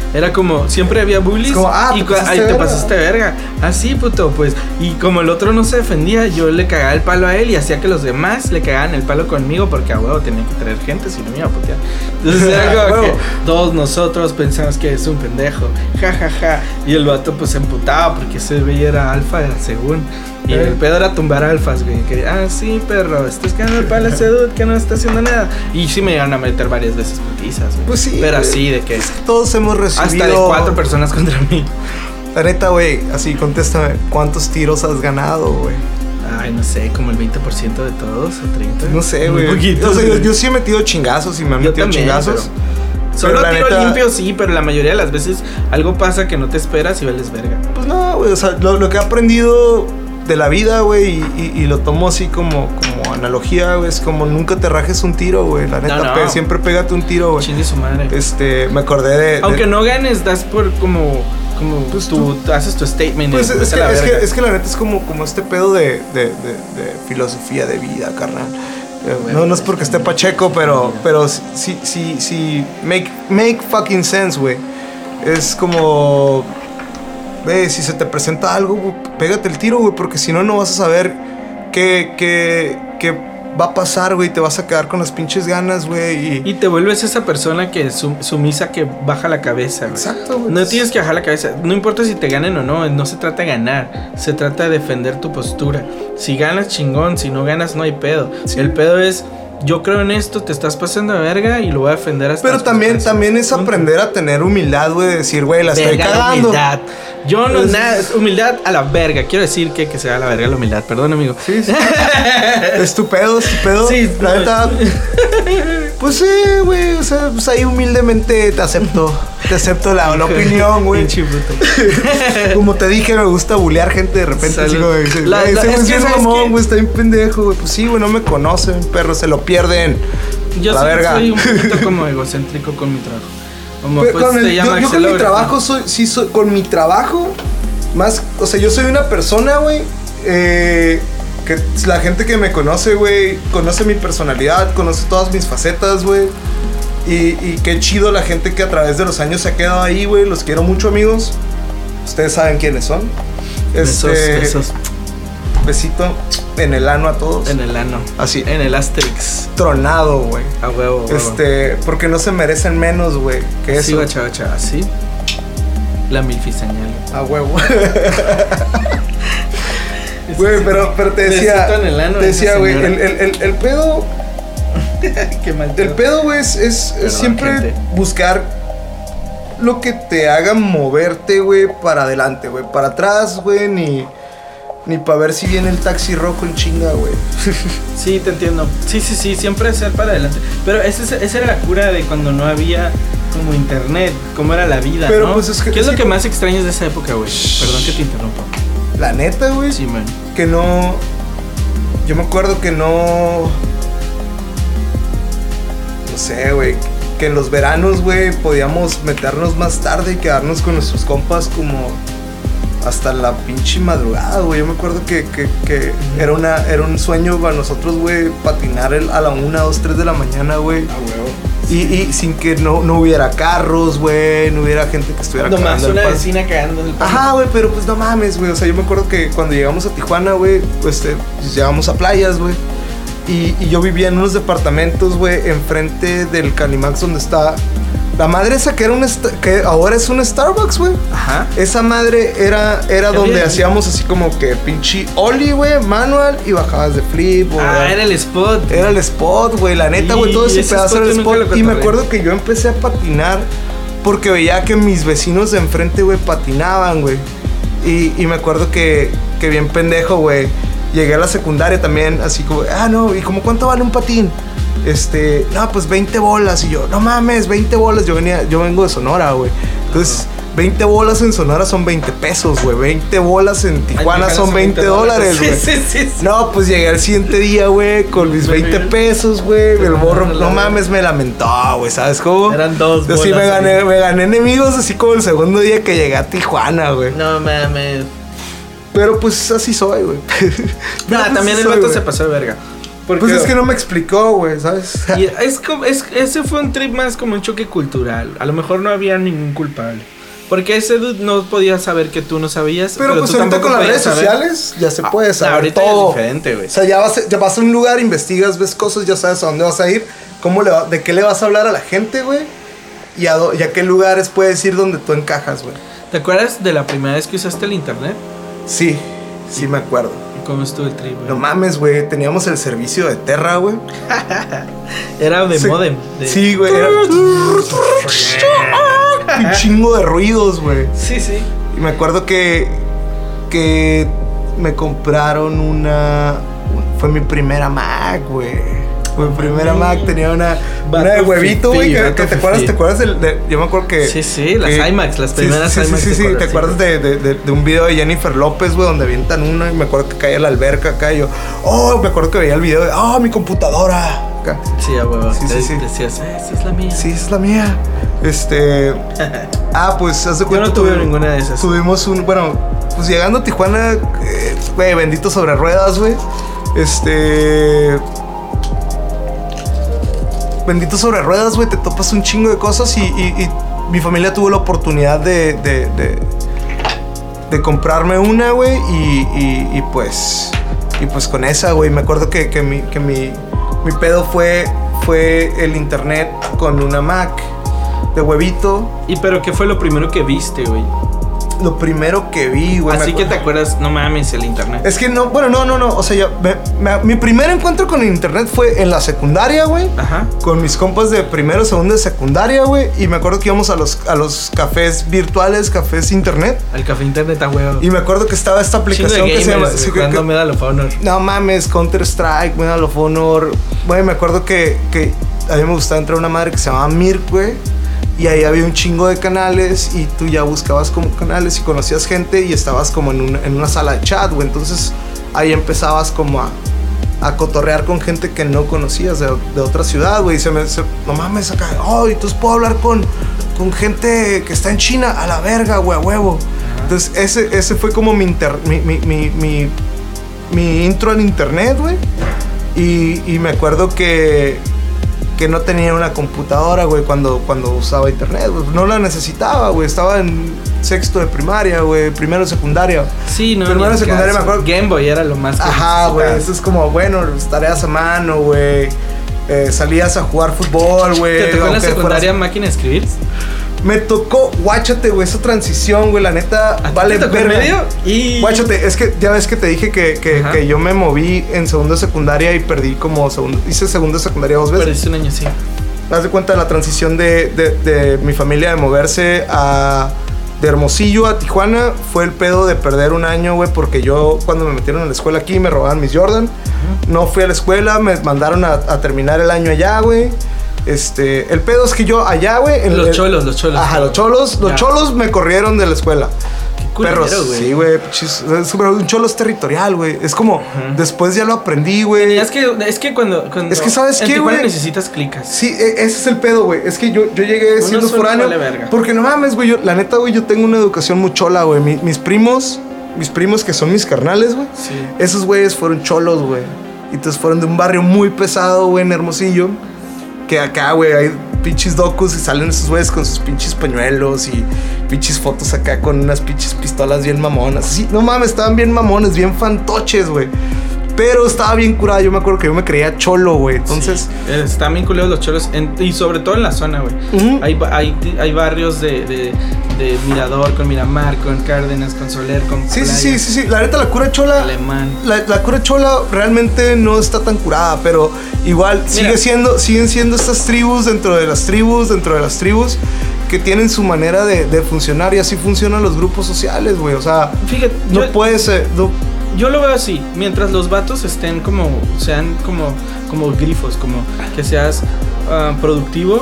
Era como, siempre había bullies como, ah, y te pasaste ahí te verga. pasaste verga. Así, puto, pues. Y como el otro no se defendía, yo le cagaba el palo a él y hacía que los demás le cagaban el palo conmigo porque a huevo tenía que traer gente, si no me iba a putear. Entonces era como que todos nosotros pensamos que es un pendejo, ja, ja, ja. Y el vato pues se emputaba porque ese güey era alfa, según. Y el pedo era tumbar alfas, güey. Que, ah, sí, perro, estás cagando el palo a ese dude que no está haciendo nada. Y sí me llegaron a meter varias veces putizas, güey. Pues sí. Pero güey. así de que Todos hemos recibido. hasta de cuatro personas contra mí. La neta, güey, así contéstame, ¿cuántos tiros has ganado, güey? Ay, no sé, como el veinte por ciento de todos o treinta. No sé, Muy güey. poquito, O sea, yo, güey. yo sí he metido chingazos y me han Yo metido también, chingazos. pero- Solo la tiro neta- limpio, sí, pero la mayoría de las veces algo pasa que no te esperas y vales verga. Pues no, güey, o sea, lo, lo que he aprendido de la vida, güey, y, y, y lo tomo así como, como analogía, güey, es como nunca te rajes un tiro, güey. La neta, No, no. pe- siempre pégate un tiro, güey. Chingue su madre. Este, me acordé de... de- Aunque no ganes, das por como. Como Pues tú, haces tu statement. Pues y es vete que, a la es, verga. que, es que la neta es como, como este pedo de, de, de, de filosofía de vida, carnal. Eh, Bueno, no, no es porque esté pacheco, pero, pero sí, sí, sí, make, make fucking sense, güey. Es como, ve, si se te presenta algo, güey, pégate el tiro, güey, porque si no, no vas a saber qué, qué, qué va a pasar, güey. Te vas a quedar con las pinches ganas, güey. Y, Y te vuelves esa persona que sum- sumisa que baja la cabeza, güey. Exacto, güey. No tienes que bajar la cabeza. No importa si te ganen o no. No se trata de ganar. Se trata de defender tu postura. Si ganas, chingón. Si no ganas, no hay pedo. Sí. El pedo es, yo creo en esto, te estás pasando de verga y lo voy a defender hasta Pero las también, consecuencias. también es Punto. aprender a tener humildad, güey. De decir, güey, la estoy Verga, la cagando. humildad. Yo no, Es- nada, es humildad a la verga. Quiero decir que, que sea a la verga la humildad. Perdón, amigo. Sí, sí. Es tu pedo, es tu pedo. Sí, la no. neta. Pues sí, güey. O sea, pues ahí humildemente te acepto. Te acepto la, la opinión, güey. Pinche puto. Como te dije, me gusta bulear gente de repente. Salud. Así como de, "Güey, La- ese la- güey es es que, bien ¿sabes mamón, qué? güey. Está bien pendejo, güey. Pues sí, güey, no me conocen, perro. Se lo pierden. Yo La sí verga. soy un poquito como egocéntrico con mi trabajo. Como Pero pues con el- se llama yo, yo con mi Axelography. trabajo soy, sí soy, con mi trabajo, más, o sea, yo soy una persona, güey, eh, que la gente que me conoce, güey, conoce mi personalidad, conoce todas mis facetas, güey, y, y qué chido la gente que a través de los años se ha quedado ahí, güey, los quiero mucho, amigos, ustedes saben quiénes son. Besos, Este, besos besito en el ano a todos. en el ano. Así. En el Asterix. Tronado, güey. A huevo, huevo. Este, porque no se merecen menos, güey, que eso. Sí, guacha, guacha, así. La milfiseñal. A huevo. Güey, pero, pero te decía. Besito en el ano te de decía, esa güey, el, señora. el, el, el pedo. Qué mal. El pedo, güey, es, es- es Perdón, siempre gente. buscar lo que te haga moverte, güey, para adelante, güey. Para atrás, güey, ni. Ni para ver si viene el taxi rojo en chinga, güey. Sí, te entiendo. Sí, sí, sí, siempre ser para adelante. Pero ese, es- esa era la cura de cuando no había como internet, cómo era la vida, Pero, ¿no? pues, es que- ¿Qué es es lo que- que más extrañas de esa época, güey? Perdón que te interrumpa. La neta, güey. Sí, man. Que no. Yo me acuerdo que no. No sé, güey. Que en los veranos, güey, podíamos meternos más tarde y quedarnos con nuestros compas como hasta la pinche madrugada, güey. Yo me acuerdo que, que, que era, una, era un sueño para nosotros, güey, patinar el- a la una, dos, tres de la mañana, güey. A huevo. Y, y sin que no, no hubiera carros, güey, no hubiera gente que estuviera Nomás cagando el una paso. vecina cagando en el paso. Ajá, güey, pero pues no mames, güey. O sea, yo me acuerdo que cuando llegamos a Tijuana, güey, pues, eh, pues, llegamos a playas, güey. Y, y yo vivía en unos departamentos, güey, enfrente del Canimax donde está la madre esa que era un esta- que ahora es un Starbucks, güey. Ajá. Esa madre era, era Qué donde bien. hacíamos así como que pinche ollie, güey, manual y bajabas de flip. o- Ah, era el spot. era el spot, güey, la neta, güey, todo Y ese ese pedazo spot era el yo nunca spot. lo Y me cotorreé. acuerdo que yo empecé a patinar porque veía que mis vecinos de enfrente, güey, patinaban, güey. Y, y me acuerdo que, que bien pendejo, güey, llegué a la secundaria también, así como, ah, no, ¿y como cuánto vale un patín? Este, no, pues veinte bolas. Y yo, no mames, veinte bolas. Yo venía, yo vengo de Sonora, güey. Entonces, veinte bolas en Sonora son veinte pesos, güey. veinte bolas en Tijuana Ay, son veinte dólares, Sí, güey. sí, sí, sí. No, pues llegué al siguiente día, güey, con mis Muy veinte bien. pesos, güey. El morro, no, no la- mames, me lamentó, güey, ¿sabes cómo? Eran dos Yo sí me bolas, gané, güey. me gané enemigos así como el segundo día que llegué a Tijuana, güey. No mames. Pero pues así soy, güey. No, Pero, pues, también así el soy, vato güey. se pasó de verga. Porque, pues es que no me explicó, güey, ¿sabes? Y es como, es, ese fue un trip más como un choque cultural. A lo mejor no había ningún culpable. Porque ese dude no podía saber que tú no sabías. Pero, pero pues tú ahorita con las redes saber. sociales ya se puede saber Ah, ahorita todo. es diferente, güey. O sea, ya vas, ya vas a un lugar, investigas, ves cosas, ya sabes a dónde vas a ir, cómo le va, de qué le vas a hablar a la gente, güey. Y a, do, y a qué lugares puedes ir donde tú encajas, güey. ¿Te acuerdas de la primera vez que usaste el internet? Sí, sí me acuerdo. ¿Y cómo estuvo el trip, güey? No mames, güey, teníamos el servicio de Terra, güey. Era de sí, modem. De... Sí, güey. Era... Un chingo de ruidos, güey. Sí, sí. Y me acuerdo que, que me compraron una... Fue mi primera Mac, güey. Mi primera Mac tenía una, una de huevito, güey. Que, que te acuerdas, ¿te acuerdas del, de, yo me acuerdo que... Sí, sí, las que, iMacs, las primeras sí, sí, iMacs. Sí, sí, sí, ¿te acuerdas de, de, de, de un video de Jennifer López, güey, donde avientan una y me acuerdo que caía en la alberca acá y yo... Oh, me acuerdo que veía el video de... Oh, mi computadora. Acá. Sí, a huevo. Sí, sí, sí. Decías, eh, esa es la mía. Sí, esa es la mía. Este... ah, pues, haz de cuenta... Yo no tuve ninguna de esas. Tuvimos un... Bueno, pues llegando a Tijuana, güey, eh, bendito sobre ruedas, güey. Este... Bendito sobre ruedas, güey, te topas un chingo de cosas y, y, y mi familia tuvo la oportunidad de, de, de, de comprarme una, güey, y, y, y pues, y pues con esa, güey, me acuerdo que, que, mi, que mi, mi pedo fue, fue el internet con una Mac de huevito. ¿Y pero qué fue lo primero que viste, güey? Lo primero que vi, güey. Así que te acuerdas, no mames, el internet. Es que no, bueno, no, no, no. O sea, yo, me, me, mi primer encuentro con el internet fue en la secundaria, güey. Ajá. Con mis compas de primero, segundo de secundaria, güey. Y me acuerdo que íbamos a los, a los cafés virtuales, cafés internet. Al café internet, a huevo. Y me acuerdo que estaba esta aplicación gamers, que se llama. Sí, jugando que, Medal of Honor. No mames, Counter Strike, Medal of Honor. Güey, me acuerdo que, que a mí me gustaba entrar a una madre que se llamaba Mirk, güey. Y ahí había un chingo de canales y tú ya buscabas como canales y conocías gente y estabas como en, un, en una sala de chat, güey. Entonces ahí empezabas como a, a cotorrear con gente que no conocías de, de otra ciudad, güey. Y se me... Se, no mames, acá... Oh, entonces puedo hablar con, con gente que está en China. A la verga, güey, a huevo. Uh-huh. Entonces ese, ese fue como mi, inter, mi, mi, mi, mi, mi intro en internet, güey. Y, y me acuerdo que... que no tenía una computadora, güey, cuando, cuando usaba internet, güey. No la necesitaba, güey. Estaba en sexto de primaria, güey. Primero de secundaria. Sí, no. Primero de secundaria, me acuerdo. Game Boy era lo más que ajá, güey. Eso es como, bueno, tareas a mano, güey. Eh, salías a jugar fútbol, güey. ¿Te tocó en la secundaria fueras... máquina de escribir? Me tocó, guáchate, güey, esa transición, güey, la neta, vale te tocó en medio? Y... Guáchate, es que ya ves que te dije que, que, que yo me moví en segundo de secundaria y perdí como segundo, hice segundo de secundaria dos veces. Perdiste un año, sí. Haz de cuenta de la transición de, de, de mi familia de moverse a... de Hermosillo a Tijuana, fue el pedo de perder un año, güey, porque yo cuando me metieron a la escuela aquí me robaban mis Jordan. Uh-huh. No fui a la escuela, me mandaron a, a terminar el año allá, güey. Este, el pedo es que yo allá, güey... Los el, cholos, los cholos. Ajá, los cholos. Los ya. cholos me corrieron de la escuela. Qué culero, perros, güey. Sí, güey. Es un cholo es territorial, güey. Es como... Uh-huh. Después ya lo aprendí, güey. Es que, es que cuando, cuando... Es que, ¿sabes qué, güey? necesitas clicas. Sí, ese es el pedo, güey. Es que yo, yo llegué Uno siendo foráneo... Vale, porque no mames, güey. La neta, güey, yo tengo una educación muy chola, güey. Mi, mis primos... Mis primos que son mis carnales, güey. Sí. Esos güeyes fueron cholos, güey. Y entonces fueron de un barrio muy pesado, güey, en Hermosillo. Que acá, güey, hay pinches docus y salen esos güeyes con sus pinches pañuelos y pinches fotos acá con unas pinches pistolas bien mamonas. Sí, no mames, estaban bien mamones, bien fantoches, güey. Pero estaba bien curado. Yo me acuerdo que yo me creía cholo, güey. Entonces... Sí, están bien culeros los cholos. En, y sobre todo en la zona, güey. Uh-huh. Hay, hay, hay barrios de, de, de Mirador, con Miramar, con Cárdenas, con Soler, con Sí, Playa, sí, sí, sí. La neta, la cura chola... Alemán. La, la cura chola realmente no está tan curada, pero igual sigue siendo, siguen siendo estas tribus dentro de las tribus, dentro de las tribus, que tienen su manera de, de funcionar. Y así funcionan los grupos sociales, güey. O sea, fíjate, no yo... puede ser... No, Yo lo veo así, mientras los vatos estén como, sean como, como grifos, como que seas uh, productivo,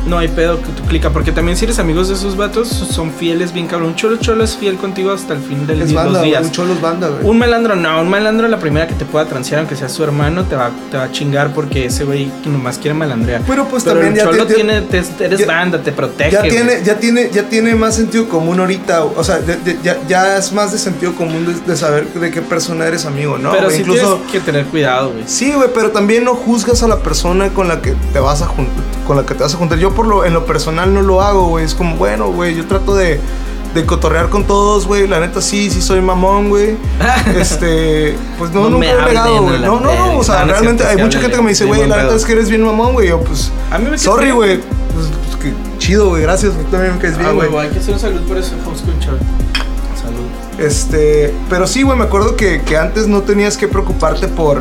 no hay pedo que tú clica. Porque también si eres amigos de esos vatos, son fieles bien cabrón. Un cholo cholo es fiel contigo hasta el fin del Es día, banda, los días. güey, un cholo es banda, güey. Un malandro no, un malandro la primera que te pueda transear, aunque sea su hermano, te va, te va a chingar porque ese güey nomás quiere malandrear. Pero pues Pero también el ya cholo te- tiene, te, eres ya- banda, te protege. Ya güey. tiene, ya, tiene, ya tiene más sentido común ahorita. O sea, de- de- ya, ya es más de sentido común de, de saber de qué persona eres amigo, ¿no? Pero güey? sí Incluso, tienes que tener cuidado, güey. sí, güey, pero también no juzgas a la persona con la que te vas a juntar. Con la que te vas a juntar. Yo por lo, en lo personal no lo hago, güey. Es como, bueno, güey, yo trato de, de cotorrear con todos, güey. La neta sí, sí soy mamón, güey. Este, pues no, No nunca me he negado, hablen güey. a la No, no, no, verga. o sea, No, no es realmente cierto, hay sí, mucha háblale. gente que me dice, Bien güey, buen la neta pedo. es que eres bien mamón, güey. Yo, pues, A mí me caes sorry, bien. güey. Pues, pues, qué chido, güey, gracias. Tú también me caes Ah, bien, güey. güey, hay que hacer un salud por eso, house control. Salud. Este, pero sí, güey, me acuerdo que, que antes no tenías que preocuparte por,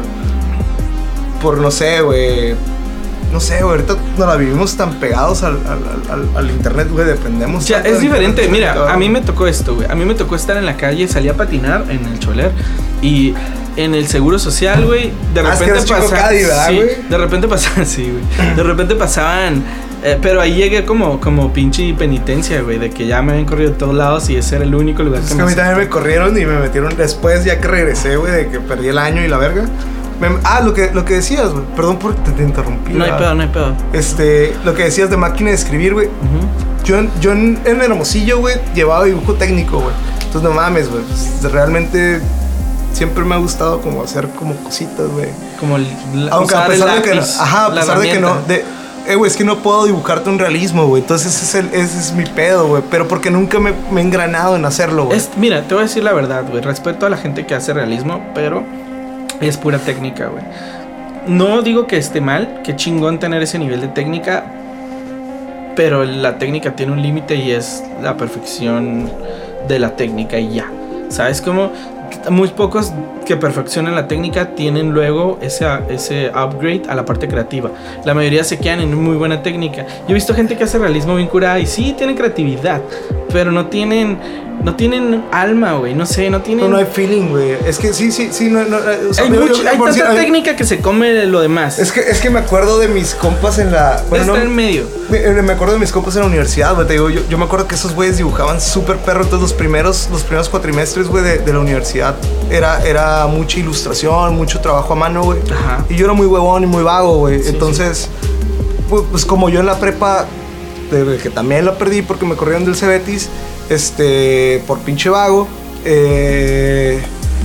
por no sé, güey, no sé, güey, ahorita nos la vivimos tan pegados al, al, al, al internet, güey, dependemos. O sea, tanto es del diferente. internet, Mira, cabrón. a mí me tocó esto, güey. A mí me tocó estar en la calle, salí a patinar en el Choler y en el Seguro Social, güey, de Ah, es que repente eres Chico pasaban, Cadi, ¿verdad, sí, güey? de repente pasaban, sí, güey. De repente pasaban, eh, pero ahí llegué como como pinche penitencia, güey, de que ya me habían corrido de todos lados y ese era el único lugar Es que que a me mí también me corrieron y me metieron después, ya que regresé, güey, de que perdí el año y la verga. Me- ah, lo que, lo que decías, güey, perdón por te, te interrumpí. No hay ¿verdad? pedo, no hay pedo. Este, lo que decías de máquina de escribir, güey. Ujú. Yo, en- yo en, en Hermosillo, güey, llevaba dibujo técnico, güey. Entonces, no mames, güey. Pues, realmente siempre me ha gustado como hacer como cositas, güey. Como el, la- Aunque a usar el pesar de que... no- lápiz, Ajá, a la pesar de que no... herramienta. De, eh, güey, es que no puedo dibujarte un realismo, güey. Entonces, ese es, el, ese es mi pedo, güey. Pero porque nunca me, me he engranado en hacerlo, güey. Es, mira, te voy a decir la verdad, güey. Respeto a la gente que hace realismo, pero es pura técnica, güey. No digo que esté mal, que chingón tener ese nivel de técnica, pero la técnica tiene un límite y es la perfección de la técnica y ya. ¿Sabes cómo? Muy pocos que perfeccionan la técnica tienen luego ese, ese upgrade a la parte creativa. La mayoría se quedan en muy buena técnica. Yo he visto gente que hace realismo bien curada y sí tienen creatividad, pero no tienen no tienen alma, güey. No sé, no tienen... No, no hay feeling, güey. Es que sí, sí, sí. No, no, o sea, hay yo- mucho- yo- hay por tanta decir, hay- técnica que se come lo demás. Es que, es que me acuerdo de mis compas en la... Bueno, no, en medio. Me, me acuerdo de mis compas en la universidad, güey. Te digo, yo, yo me acuerdo que esos güeyes dibujaban súper perro. Entonces, los primeros, los primeros cuatrimestres, güey, de, de la universidad era, era mucha ilustración, mucho trabajo a mano, güey. Ajá. Y yo era muy huevón y muy vago, güey. Sí, Entonces, Pues, pues como yo en la prepa, de, que también la perdí porque me corrieron del Cebetis, este, por pinche vago, eh,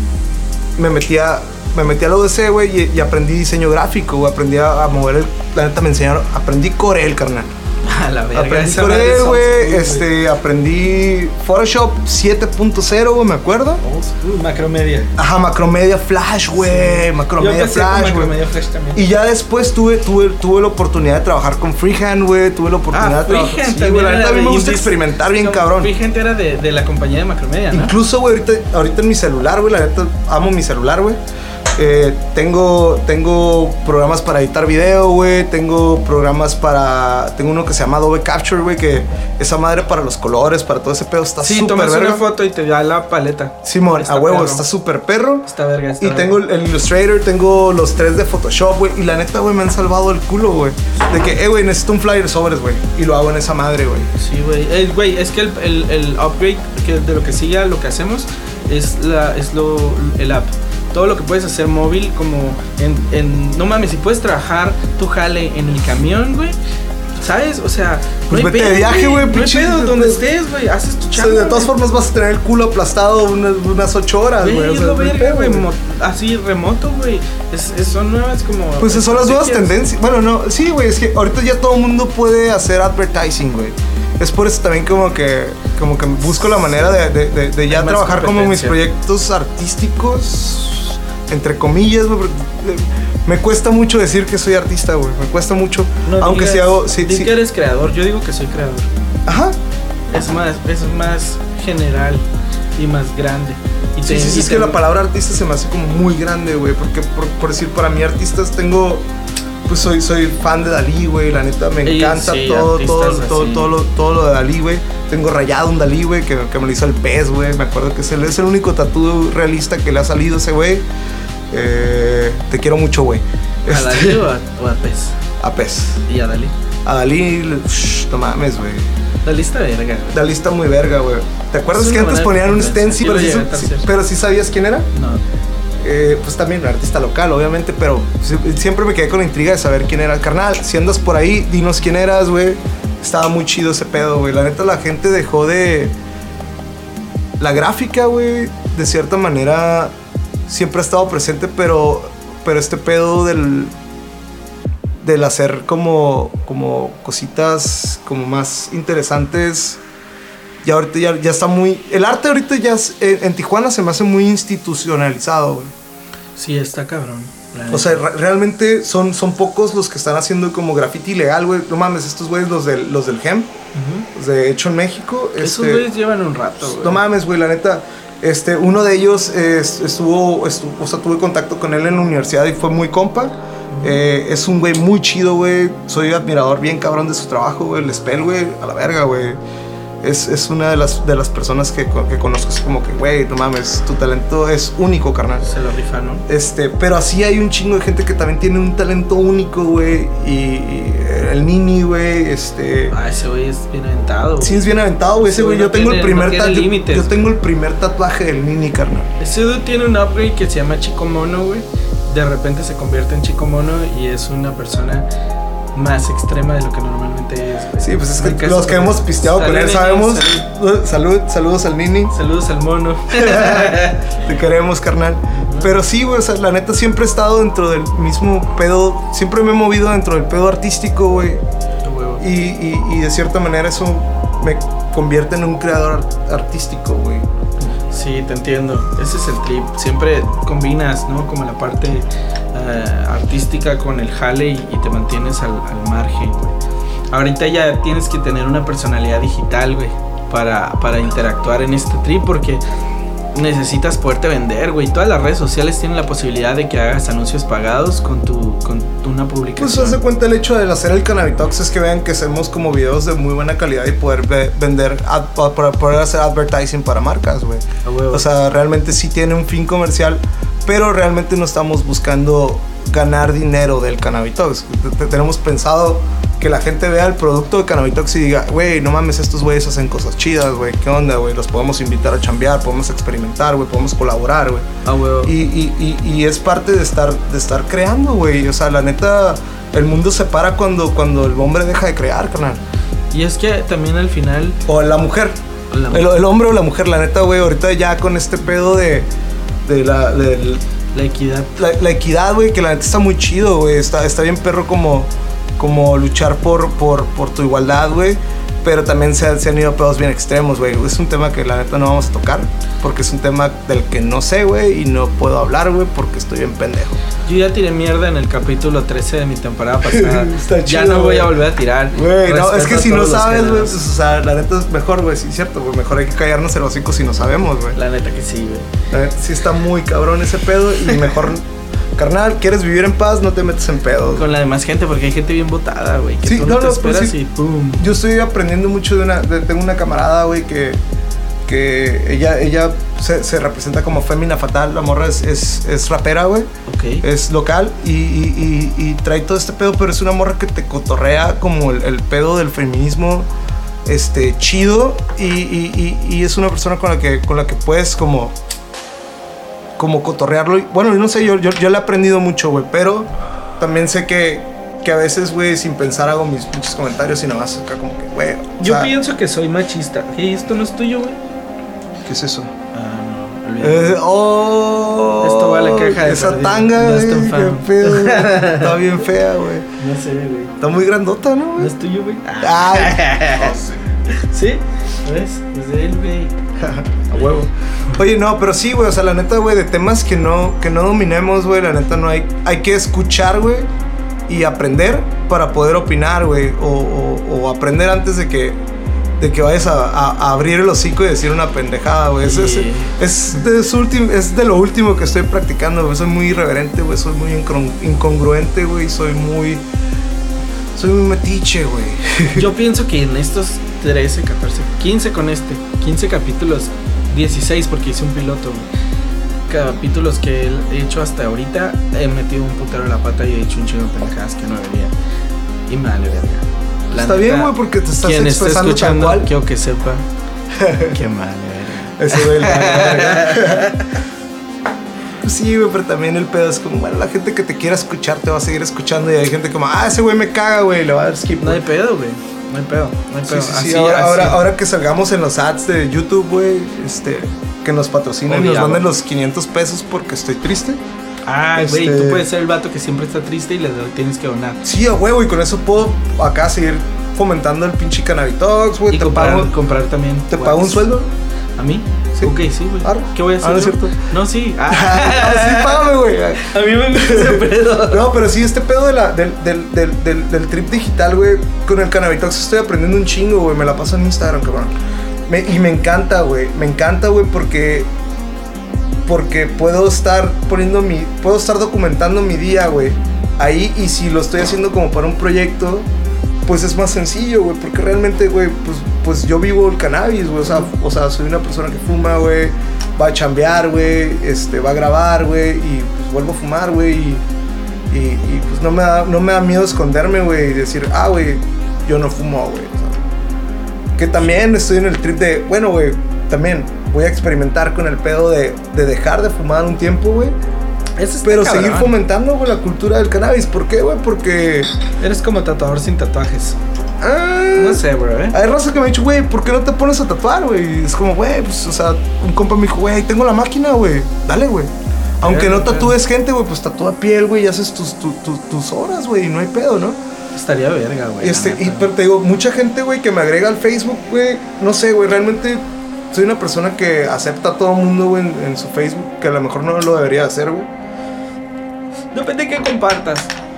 me metí a... Me metí a la U D C, güey, y, y aprendí diseño gráfico, güey. Aprendí a, a mover el... La neta me enseñaron... Aprendí Corel, carnal. A la verga. Aprendí esa madre Corel, es old güey. school, Este, aprendí Photoshop siete punto cero, güey, me acuerdo. Old school, Macromedia. Ajá, Macromedia Flash, güey. Yo Macromedia empecé con Flash, güey. Macromedia Flash también. Y ya después tuve, tuve, tuve la oportunidad de trabajar con Freehand, güey. Tuve la oportunidad Ah, de trabajar. Freehand Sí, también güey, la era neta a mí de me gusta indies. experimentar bien No, cabrón. Freehand era de, de la compañía de Macromedia, ¿no? Incluso, güey, ahorita, ahorita en mi celular, güey, la neta amo mi celular, güey. Eh, tengo, tengo programas para editar video, güey. Tengo programas para... Tengo uno que se llama Adobe Capture, güey, que esa madre para los colores, para todo ese pedo está Sí, súper tomas verga. una foto y te da la paleta. Simón, Está a huevo, perro. está súper perro. Está verga, está Y verga. tengo el, el Illustrator, tengo los tres de Photoshop, güey. Y la neta, güey, me han salvado el culo, güey. De que, eh, güey, necesito un flyer sobres, güey. Y lo hago en esa madre, güey. Sí, güey. Eh, Güey, es que el, el, el upgrade que de lo que sigue a lo que hacemos es, la, es lo, el app. Todo lo que puedes hacer móvil, como en, en... No mames, si puedes trabajar tu jale en el camión, güey. ¿Sabes? O sea, Pues no hay vete de pedo, viaje, güey, No hay pinche- pedo, donde estés, güey. Haces tu O sea, chamba. de todas güey. formas vas a tener el culo aplastado unas, unas ocho horas, Güey, güey. O es sea, lo no hay verga, pedo, güey. güey. mo- Así, remoto, güey. Es, es- son nuevas como... Pues son las nuevas estrategias. tendencias. Bueno, no, sí, güey, es que ahorita ya todo el mundo puede hacer advertising, güey. Es por eso también como que, como que busco la manera de, de, de, de ya Hay más trabajar como mis competencia. proyectos artísticos, entre comillas, güey. porque, eh, Me cuesta mucho decir que soy artista, güey. Me cuesta mucho. No aunque digas- si hago. Sí, di sí. que eres creador. Yo digo que soy creador. Ajá. Es más, es más general y más grande. Y Sí, te- sí, sí, y es te- que la palabra artista se me hace como muy grande, güey. Porque, por, por decir, para mí artistas tengo... Pues soy, soy fan de Dalí, güey. La neta, me Sí, encanta sí, todo, artistas todo, todo, así. todo, lo, todo lo de Dalí, güey. Tengo rayado un Dalí, güey, que, que me lo hizo el pez, güey. Me acuerdo que es el, es el único tatú realista que le ha salido a ese güey. Eh, te quiero mucho, güey. ¿A Este, Dalí o a, o a Pez? a pez. Y a Dalí. A Dalí, shh, no mames, güey. Dalí está verga. Dalí está muy verga, güey. ¿Te acuerdas que antes ponían un stencil? Pero, sí, sí, pero sí sabías quién era. No. Eh, pues también un artista local, obviamente, pero siempre me quedé con la intriga de saber quién era. Carnal, si andas por ahí, dinos quién eras, güey. Estaba muy chido ese pedo, güey. La neta, la gente dejó de... La gráfica, güey, de cierta manera siempre ha estado presente, pero, pero este pedo del... del hacer como, como cositas como más interesantes. Y ahorita ya, ya está muy... El arte ahorita ya es, en, en Tijuana se me hace muy institucionalizado, güey. Sí, está cabrón. O sea, re- realmente son, son pocos los que están haciendo como graffiti ilegal, güey. No mames, estos güeyes, los del, los del G E M, uh-huh. los de Hecho en México. Esos este, güeyes llevan un rato, güey. No mames, güey, la neta. Este, uno de ellos eh, estuvo, estuvo... O sea, tuve contacto con él en la universidad y fue muy compa. Eh, es un güey muy chido, güey. Soy admirador bien cabrón de su trabajo, güey. El Spell, güey, a la verga, güey. Es, es una de las, de las personas que, que conozco. Es como que, güey, no mames, tu talento es único, carnal. Se lo rifa, ¿no? Este, pero así hay un chingo de gente que también tiene un talento único, güey. Y, y el Nini, güey, este... Ah, ese güey es bien aventado, güey. Sí, es bien aventado, güey. Ese güey, yo tengo el primer no tatuaje. Yo, yo tengo el primer tatuaje del Nini, carnal. Ese dude tiene un upgrade que se llama Chico Mono, güey. De repente se convierte en Chico Mono y es una persona más extrema de lo que normalmente es, güey. Sí, pues es que los que hemos pisteado con él sabemos. Salud. Salud, saludos al Nini. Saludos al mono. Te queremos, carnal. Uh-huh. Pero sí, güey, o sea, la neta siempre he estado dentro del mismo pedo. Siempre me he movido dentro del pedo artístico, güey. Uh-huh. Y, y, y de cierta manera eso me convierte en un creador artístico, güey. Sí, te entiendo. Ese es el trip. Siempre combinas, ¿no? Como la parte uh, artística con el jale y, y te mantienes al, al margen, güey. Ahorita ya tienes que tener una personalidad digital, güey, para, para interactuar en este trip porque necesitas poderte vender, güey. Todas las redes sociales tienen la posibilidad de que hagas anuncios pagados con tu con una publicación. Pues haz de cuenta el hecho de hacer el Cannabitox es que vean que hacemos como videos de muy buena calidad y poder ve- vender, ad, para poder hacer advertising para marcas, güey. Oh, o sea, realmente sí tiene un fin comercial, pero realmente no estamos buscando ganar dinero del Cannabitox. Tenemos pensado que la gente vea el producto de Cannabitox y diga, güey, no mames, estos güeyes hacen cosas chidas, güey, ¿qué onda, güey? Los podemos invitar a chambear, podemos experimentar, güey, podemos colaborar, güey. Ah, güey. Y, y, y, y es parte de estar, de estar creando, güey. O sea, la neta, el mundo se para cuando, cuando el hombre deja de crear, carnal. Y es que también al final... O la mujer. O la mujer. El, el hombre o la mujer, la neta, güey, ahorita ya con este pedo de, de la... De, la equidad. La, la equidad, güey, que la neta está muy chido, güey. Está, está bien perro como... como luchar por, por, por tu igualdad, güey. Pero también se, se han ido a pedos bien extremos, güey. Es un tema que la neta no vamos a tocar. Porque es un tema del que no sé, güey. Y no puedo hablar, güey, porque estoy bien pendejo. Yo ya tiré mierda en el capítulo trece de mi temporada pasada. Está chido, ya no voy wey. a volver a tirar. Güey, no, es que si no sabes, güey, pues, o sea, la neta es mejor, güey. Sí, es cierto, güey. Mejor hay que callarnos el hocico si no sabemos, güey. La neta que sí, güey. La neta sí está muy cabrón ese pedo. Y mejor... Carnal, ¿quieres vivir en paz? No te metes en pedos. Con la demás gente, porque hay gente bien botada, güey. Que sí, tú no, no te no, esperas pues sí. y pum. Yo estoy aprendiendo mucho de una... De, tengo una camarada, güey, que... Que ella, ella se, se representa como Fémina Fatal. La morra es, es, es rapera, güey. Ok. Es local y, y, y, y trae todo este pedo, pero es una morra que te cotorrea como el, el pedo del feminismo este, chido. Y, y, y, y es una persona con la que, con la que puedes como... como cotorrearlo. Bueno, no sé, yo, yo, yo le he aprendido mucho, güey, pero también sé que, que a veces, güey, sin pensar hago mis muchos comentarios y nada más acá como que, güey. Yo sea, pienso que soy machista. ¿Y esto no es tuyo, güey? ¿Qué es eso? Ah, no, olvídate. Eh, oh, esto vale queja de esa perdido. tanga, No güey, es tan qué fan. pedo. Está bien fea, güey. No sé, güey. Está muy grandota, ¿no, ¿No güey? es tuyo, güey? Ay. ¿Sí? ¿Ves? Es de él, güey. A huevo. Oye, no, pero sí, güey, o sea, la neta, güey, de temas que no, que no dominemos, güey, la neta no hay... Hay que escuchar, güey, y aprender para poder opinar, güey, o, o, o aprender antes de que... De que vayas a, a, a abrir el hocico y decir una pendejada, güey. Es, es, es, de su ultim, es de lo último que estoy practicando, güey. Soy muy irreverente, güey. Soy muy incongruente, güey. Soy muy... Soy muy metiche, güey. Yo pienso que en estos trece, catorce, quince con este, quince capítulos, dieciséis porque hice un piloto, güey. Capítulos que he hecho hasta ahorita, he metido un putero en la pata y he hecho un chingo de pendejadas que no debería. Y me vale verga. La Está neta, bien, güey, porque te estás quien esté expresando tal escuchando, cual. quiero que sepa. Qué mal, güey. Ese güey, la Pues sí, güey, pero también el pedo es como, bueno, la gente que te quiera escuchar te va a seguir escuchando y hay gente como, ah, ese güey me caga, güey, le va a dar skip. No hay pedo, güey. No hay pedo, no hay Sí, pedo. sí, sí. Así, ahora, así. ahora, ahora que salgamos en los ads de YouTube, güey, este, que nos patrocinen y nos Obligado. manden los quinientos pesos porque estoy triste. Ah, güey, Este- tú puedes ser el vato que siempre está triste y le tienes que donar. Sí, a huevo, y con eso puedo acá seguir fomentando el pinche Cannabitox, güey. Y Te comprar, pago, comprar también. te guays. pago un sueldo. ¿A mí? Sí. Ok, sí, güey. Arre. ¿Qué voy a hacer? Ah, no es yo? cierto. No, sí. Ah, Ah. sí, págame, güey. A mí me gusta ese pedo. No, pero sí, este pedo de la, del, del, del, del, del trip digital, güey, con el Cannabitox estoy aprendiendo un chingo, güey. Me la paso en Instagram, cabrón. Me, y me encanta, güey. Me encanta, güey, porque... Porque puedo estar poniendo mi... Puedo estar documentando mi día, güey. Ahí, y si lo estoy haciendo como para un proyecto, pues es más sencillo, güey. Porque realmente, güey, pues, pues yo vivo el cannabis, güey. O sea, o sea, soy una persona que fuma, güey. Va a chambear, güey. Este, va a grabar, güey. Y pues vuelvo a fumar, güey. Y, y, y pues no me, da, no me da miedo esconderme, güey. Y decir, ah, güey, yo no fumo, güey. O sea, que también estoy en el trip de, bueno, güey, también voy a experimentar con el pedo de, de dejar de fumar un tiempo, güey. Eso está Pero cabrón. seguir fomentando, güey, la cultura del cannabis. ¿Por qué, güey? Porque... Eres como tatuador sin tatuajes. Ah, No sé, bro, ¿eh? hay raza que me ha dicho, güey, ¿por qué no te pones a tatuar, güey? Es como, güey, pues, o sea, un compa me dijo, güey, tengo la máquina, güey. Dale, güey. Aunque no tatúes gente, güey, pues tatúa piel, güey, y haces tus, tu, tu, tus horas, güey, y no hay pedo, ¿no? Estaría verga, güey. Este, la y, neta. pero te digo, mucha gente, güey, que me agrega al Facebook, güey, no sé, güey, realmente soy una persona que acepta a todo mundo, güey, en, en su Facebook, que a lo mejor no lo debería hacer, güey. Depende de qué compartas.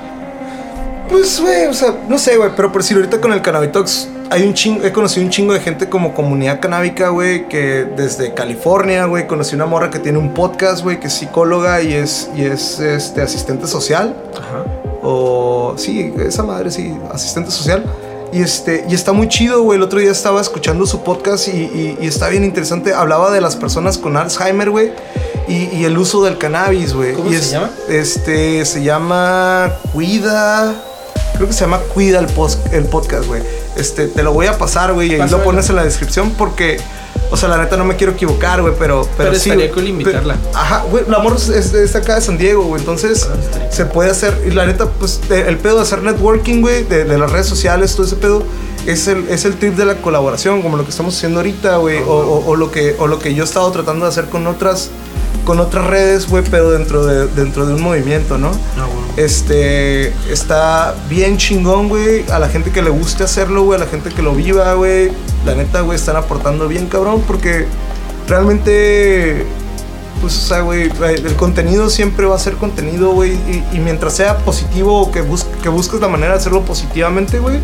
Pues, güey, o sea, no sé, güey, pero por decir, ahorita con el Cannabitox hay un chingo, he conocido un chingo de gente como comunidad canábica, güey, que desde California, güey, conocí una morra que tiene un podcast, güey, que es psicóloga y es, y es este, asistente social. Ajá. O, sí, esa madre, sí, asistente social. Y, este, y está muy chido, güey. El otro día estaba escuchando su podcast y, y, y está bien interesante. Hablaba de las personas con Alzheimer, güey, y, y el uso del cannabis, güey. ¿Cómo y se es, llama? Este, se llama Cuida... Creo que se llama Cuida el, post, el podcast, güey. Este, te lo voy a pasar, güey, y ahí Pásalo. lo pones en la descripción porque... O sea, la neta no me quiero equivocar, güey, pero... Pero, Pero sí, estaría güey. cool invitarla. Pero- ajá, güey, la amor es, es, es acá de San Diego, güey. Entonces, Ah, estaría se puede hacer... Y la neta, pues, de- el pedo de hacer networking, güey, de, de las redes sociales, todo ese pedo, es el, es el trip de la colaboración, como lo que estamos haciendo ahorita, güey. o, o, o, lo que, o lo que yo he estado tratando de hacer con otras... Con otras redes, güey, pero dentro de, dentro de un movimiento, ¿no? No, güey. Este, está bien chingón, güey. A la gente que le guste hacerlo, güey. A la gente que lo viva, güey. La neta, güey, están aportando bien, cabrón. Porque realmente, pues, o sea, güey, el contenido siempre va a ser contenido, güey. Y, y mientras sea positivo o que, bus que busques la manera de hacerlo positivamente, güey.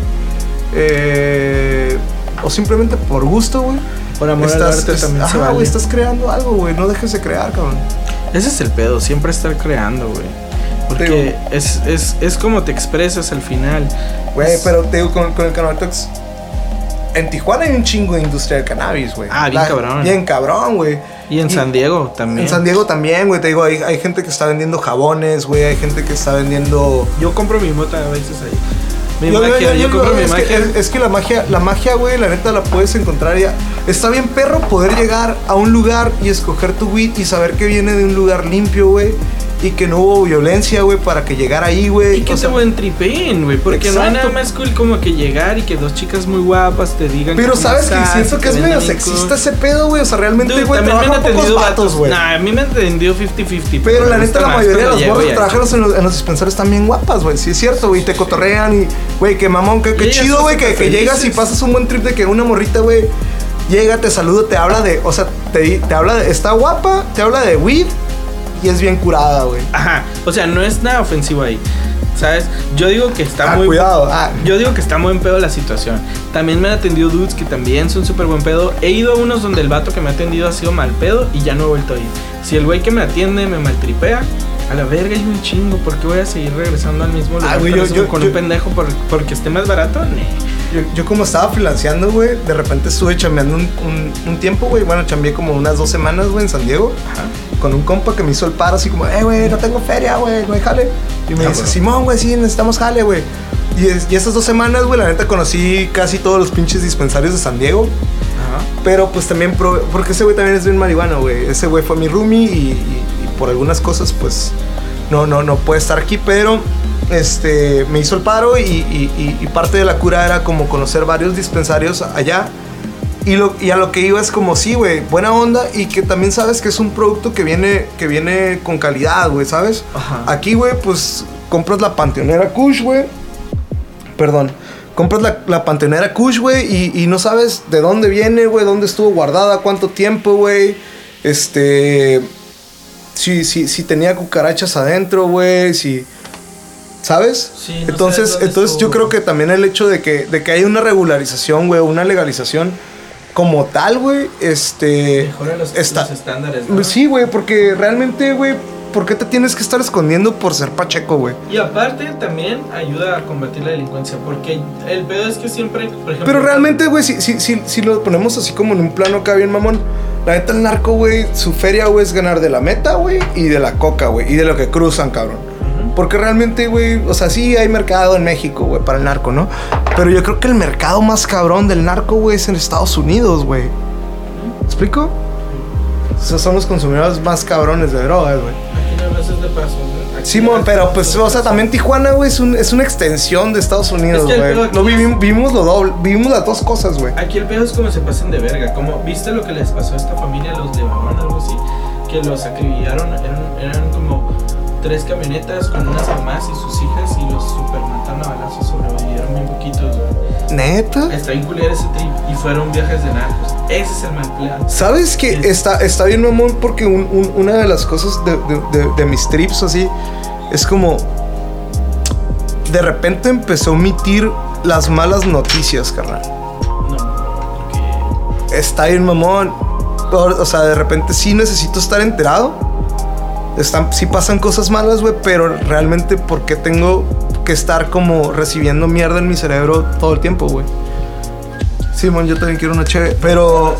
Eh, o simplemente por gusto, güey. Por amor al arte también se ajá, vale. güey, estás creando algo, güey. No dejes de crear, cabrón. Ese es el pedo, siempre estar creando, güey. Porque Digo- es, es, es como te expresas al final. Güey, Es- pero te digo, con, con el Cannabitox, en Tijuana hay un chingo de industria del cannabis, güey. Ah, bien cabrón. Bien cabrón, güey. Y en San Diego también. En San Diego también, güey. Te digo, hay, hay gente que está vendiendo jabones, güey. Hay gente que está vendiendo... Yo compro mi mota a veces ahí. Mi Yo- yo- magia, yo- yo, yo- compro mi es, magia. que, es, es que la magia, la magia, güey, la neta la puedes encontrar ya. Está bien, perro, poder llegar a un lugar y escoger tu weed y saber que viene de un lugar limpio, güey. Y que no hubo violencia, güey, para que llegara ahí, güey. Y que O te sea, buen tripeen, güey. Porque no hay Exacto. nada más cool como que llegar y que dos chicas muy guapas te digan. Pero cómo sabes que estás, siento y que es te medio venden bien sexista cool. ese pedo, güey. O sea, realmente, Dude, güey, también me han trabajan pocos atendido vatos, güey. Nah, a mí me han atendido cincuenta cincuenta. Pero la me neta, gusta la más mayoría de cuando las llego morras y que trabajan en los, en los dispensadores están bien guapas, güey. Sí, es cierto, güey. Te cotorrean y, güey, qué mamón, qué, Y qué ellas chido, son güey, que, súper que llegas y felices. pasas un buen trip de que una morrita, güey, llega, te saluda, te habla de, o sea, te, te habla de, está guapa, te habla de weed y es bien curada, güey. Ajá, o sea, no es nada ofensivo ahí. ¿Sabes? Yo digo que está Ah, muy... cuidado, ah. Yo digo que está muy en pedo la situación. También me han atendido dudes que también son súper buen pedo. He ido a unos donde el vato que me ha atendido ha sido mal pedo y ya no he vuelto a ir. Si el güey que me atiende me maltripea, a la verga hay un chingo. ¿Por qué voy a seguir regresando al mismo lugar Ah, güey, con, yo- eso, yo- con yo- un pendejo por, porque esté más barato? Nee. Yo, yo como estaba freelanceando, güey, de repente estuve chambeando un, un, un tiempo, güey. Bueno, chambeé como unas dos semanas, güey, en San Diego. Ajá. Con un compa que me hizo el paro así como, eh, güey, no tengo feria, güey, no hay jale. Y me Ah, dice, bueno. Simón, güey, sí, necesitamos jale, güey. Y, es, y esas dos semanas, güey, la neta conocí casi todos los pinches dispensarios de San Diego. Ajá. Pero pues también, pro, porque ese güey también es bien marihuano, güey. Ese güey fue mi roomie y, y, y por algunas cosas, pues, no, no, no puede estar aquí, pero este, me hizo el paro y, y, y, y parte de la cura era como conocer varios dispensarios allá. Y, lo, y a lo que iba es como, sí, güey, buena onda y que también sabes que es un producto que viene, que viene con calidad, güey, ¿sabes? Ajá. Aquí, güey, pues, compras la Panteonera Kush, güey. Perdón. Compras la, la Panteonera Kush, güey, y, y no sabes de dónde viene, güey, dónde estuvo guardada, cuánto tiempo, güey. Este... Si, si, si tenía cucarachas adentro, güey, si... ¿Sabes? Sí, no entonces, sabes entonces yo creo que también el hecho de que, de que haya una regularización, güey, una legalización como tal, güey, este... Mejora los, está, los estándares, ¿no? Sí, güey, porque realmente, güey, ¿por qué te tienes que estar escondiendo por ser pacheco, güey? Y aparte también ayuda a combatir la delincuencia, porque el pedo es que siempre, por ejemplo... Pero realmente, güey, si, si, si, si lo ponemos así como en un plano acá bien mamón, la neta el narco, güey, su feria, güey, es ganar de la meta, güey, y de la coca, güey, y de lo que cruzan, cabrón. Porque realmente, güey, o sea, sí hay mercado en México, güey, para el narco, ¿no? Pero yo creo que el mercado más cabrón del narco, güey, es en Estados Unidos, güey. ¿Me explico? Esos son los consumidores más cabrones de drogas, güey. Aquí no haces de paso, ¿no? Simón, pero pues, o sea, también Tijuana, güey, es, un, es una extensión de Estados Unidos, güey. Es que no vivimos, vivimos lo doble, vivimos las dos cosas, güey. Aquí el pedo es como se pasan de verga. Como, ¿viste lo que les pasó a esta familia, los Levarón, algo así? Que los acribillaron, eran, eran como tres camionetas con unas mamás y sus hijas y los super mataron a balazos, sobrevivieron muy poquitos, güey. ¿Neta? Está bien culero ese trip y fueron viajes de narcos. Ese es el mal plan. ¿Sabes qué? Sí. Está, está bien, mamón, porque un, un, una de las cosas de, de, de, de mis trips así es como de repente empezó a omitir las malas noticias, carnal. No, porque... Está bien, mamón. O, o sea, de repente sí necesito estar enterado. Están, sí pasan cosas malas, güey, pero realmente ¿por qué tengo que estar como recibiendo mierda en mi cerebro todo el tiempo, güey? Simón, yo también quiero una chévere, pero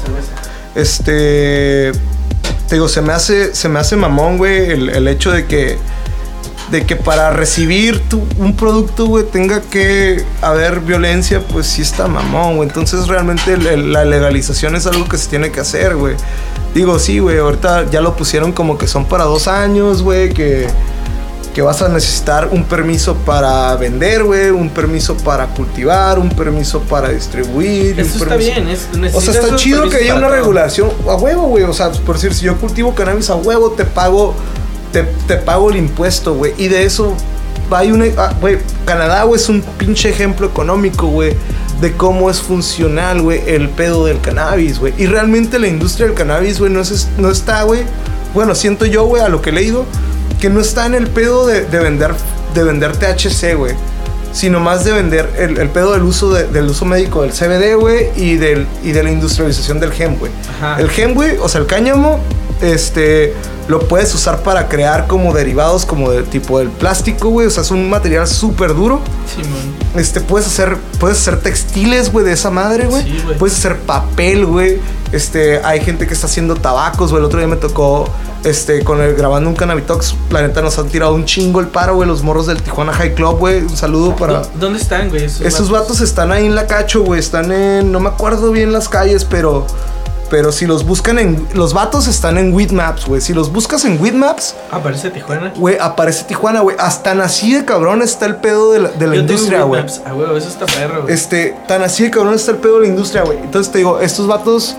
este, te digo, se me hace, se me hace mamón, güey, el, el hecho de que, de que para recibir tu, un producto, güey, tenga que haber violencia, pues sí está mamón, güey. Entonces realmente el, el, la legalización es algo que se tiene que hacer, güey. Digo, sí, güey, ahorita ya lo pusieron como que son para dos años, güey, que, que vas a necesitar un permiso para vender, güey, un permiso para cultivar, un permiso para distribuir. Eso un está permiso... bien, es, o sea, está chido que haya una todo. regulación a huevo, güey. O sea, por decir, si yo cultivo cannabis a huevo, te pago, te, te pago el impuesto, güey. Y de eso hay una, ah, güey, Canadá, güey, es un pinche ejemplo económico, güey, de cómo es funcional, güey, el pedo del cannabis, güey. Y realmente la industria del cannabis, güey, no, es, no está, güey. Bueno, siento yo, güey, a lo que he leído, que no está en el pedo de, de vender de vender T H C, güey, sino más de vender el, el pedo del uso de, del uso médico del C B D, güey, y del y de la industrialización del hemp, güey. El hemp, güey, o sea, el cáñamo, este, lo puedes usar para crear como derivados como de tipo del plástico, güey. O sea, es un material súper duro. Sí, man. Este, puedes hacer, puedes hacer textiles, güey, de esa madre, güey. Sí, güey. Puedes hacer papel, güey. Este, hay gente que está haciendo tabacos, güey. El otro día me tocó, este, con el grabando un Cannabitox. La neta nos han tirado un chingo el paro, güey. Los morros del Tijuana High Club, güey. Un saludo para... ¿Dónde están, güey? Esos, esos vatos? vatos están ahí en la Cacho, güey. Están en... No me acuerdo bien las calles, pero... Pero si los buscan en... Los vatos están en Weedmaps, güey. Si los buscas en Weedmaps... ¿Aparece Tijuana? Güey, aparece Tijuana, güey. Hasta tan así de cabrón está el pedo de la, de la Yo industria, güey. Ah, güey, eso está perro, güey. Este, tan así de cabrón está el pedo de la industria, güey. Entonces te digo, estos vatos...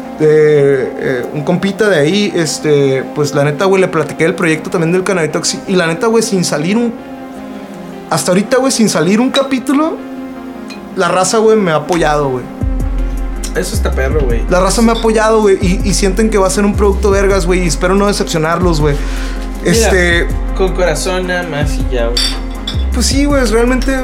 Eh, eh, un compita de ahí, este... Pues la neta, güey, le platiqué el proyecto también del Cannabitox. Y la neta, güey, sin salir un... Hasta ahorita, güey, sin salir un capítulo... La raza, güey, me ha apoyado, güey. Eso está perro, güey. La raza me ha apoyado, güey, y, y sienten que va a ser un producto vergas, güey, y espero no decepcionarlos, güey. Este... Mira, con corazón nada más y ya, güey. Pues sí, güey, realmente...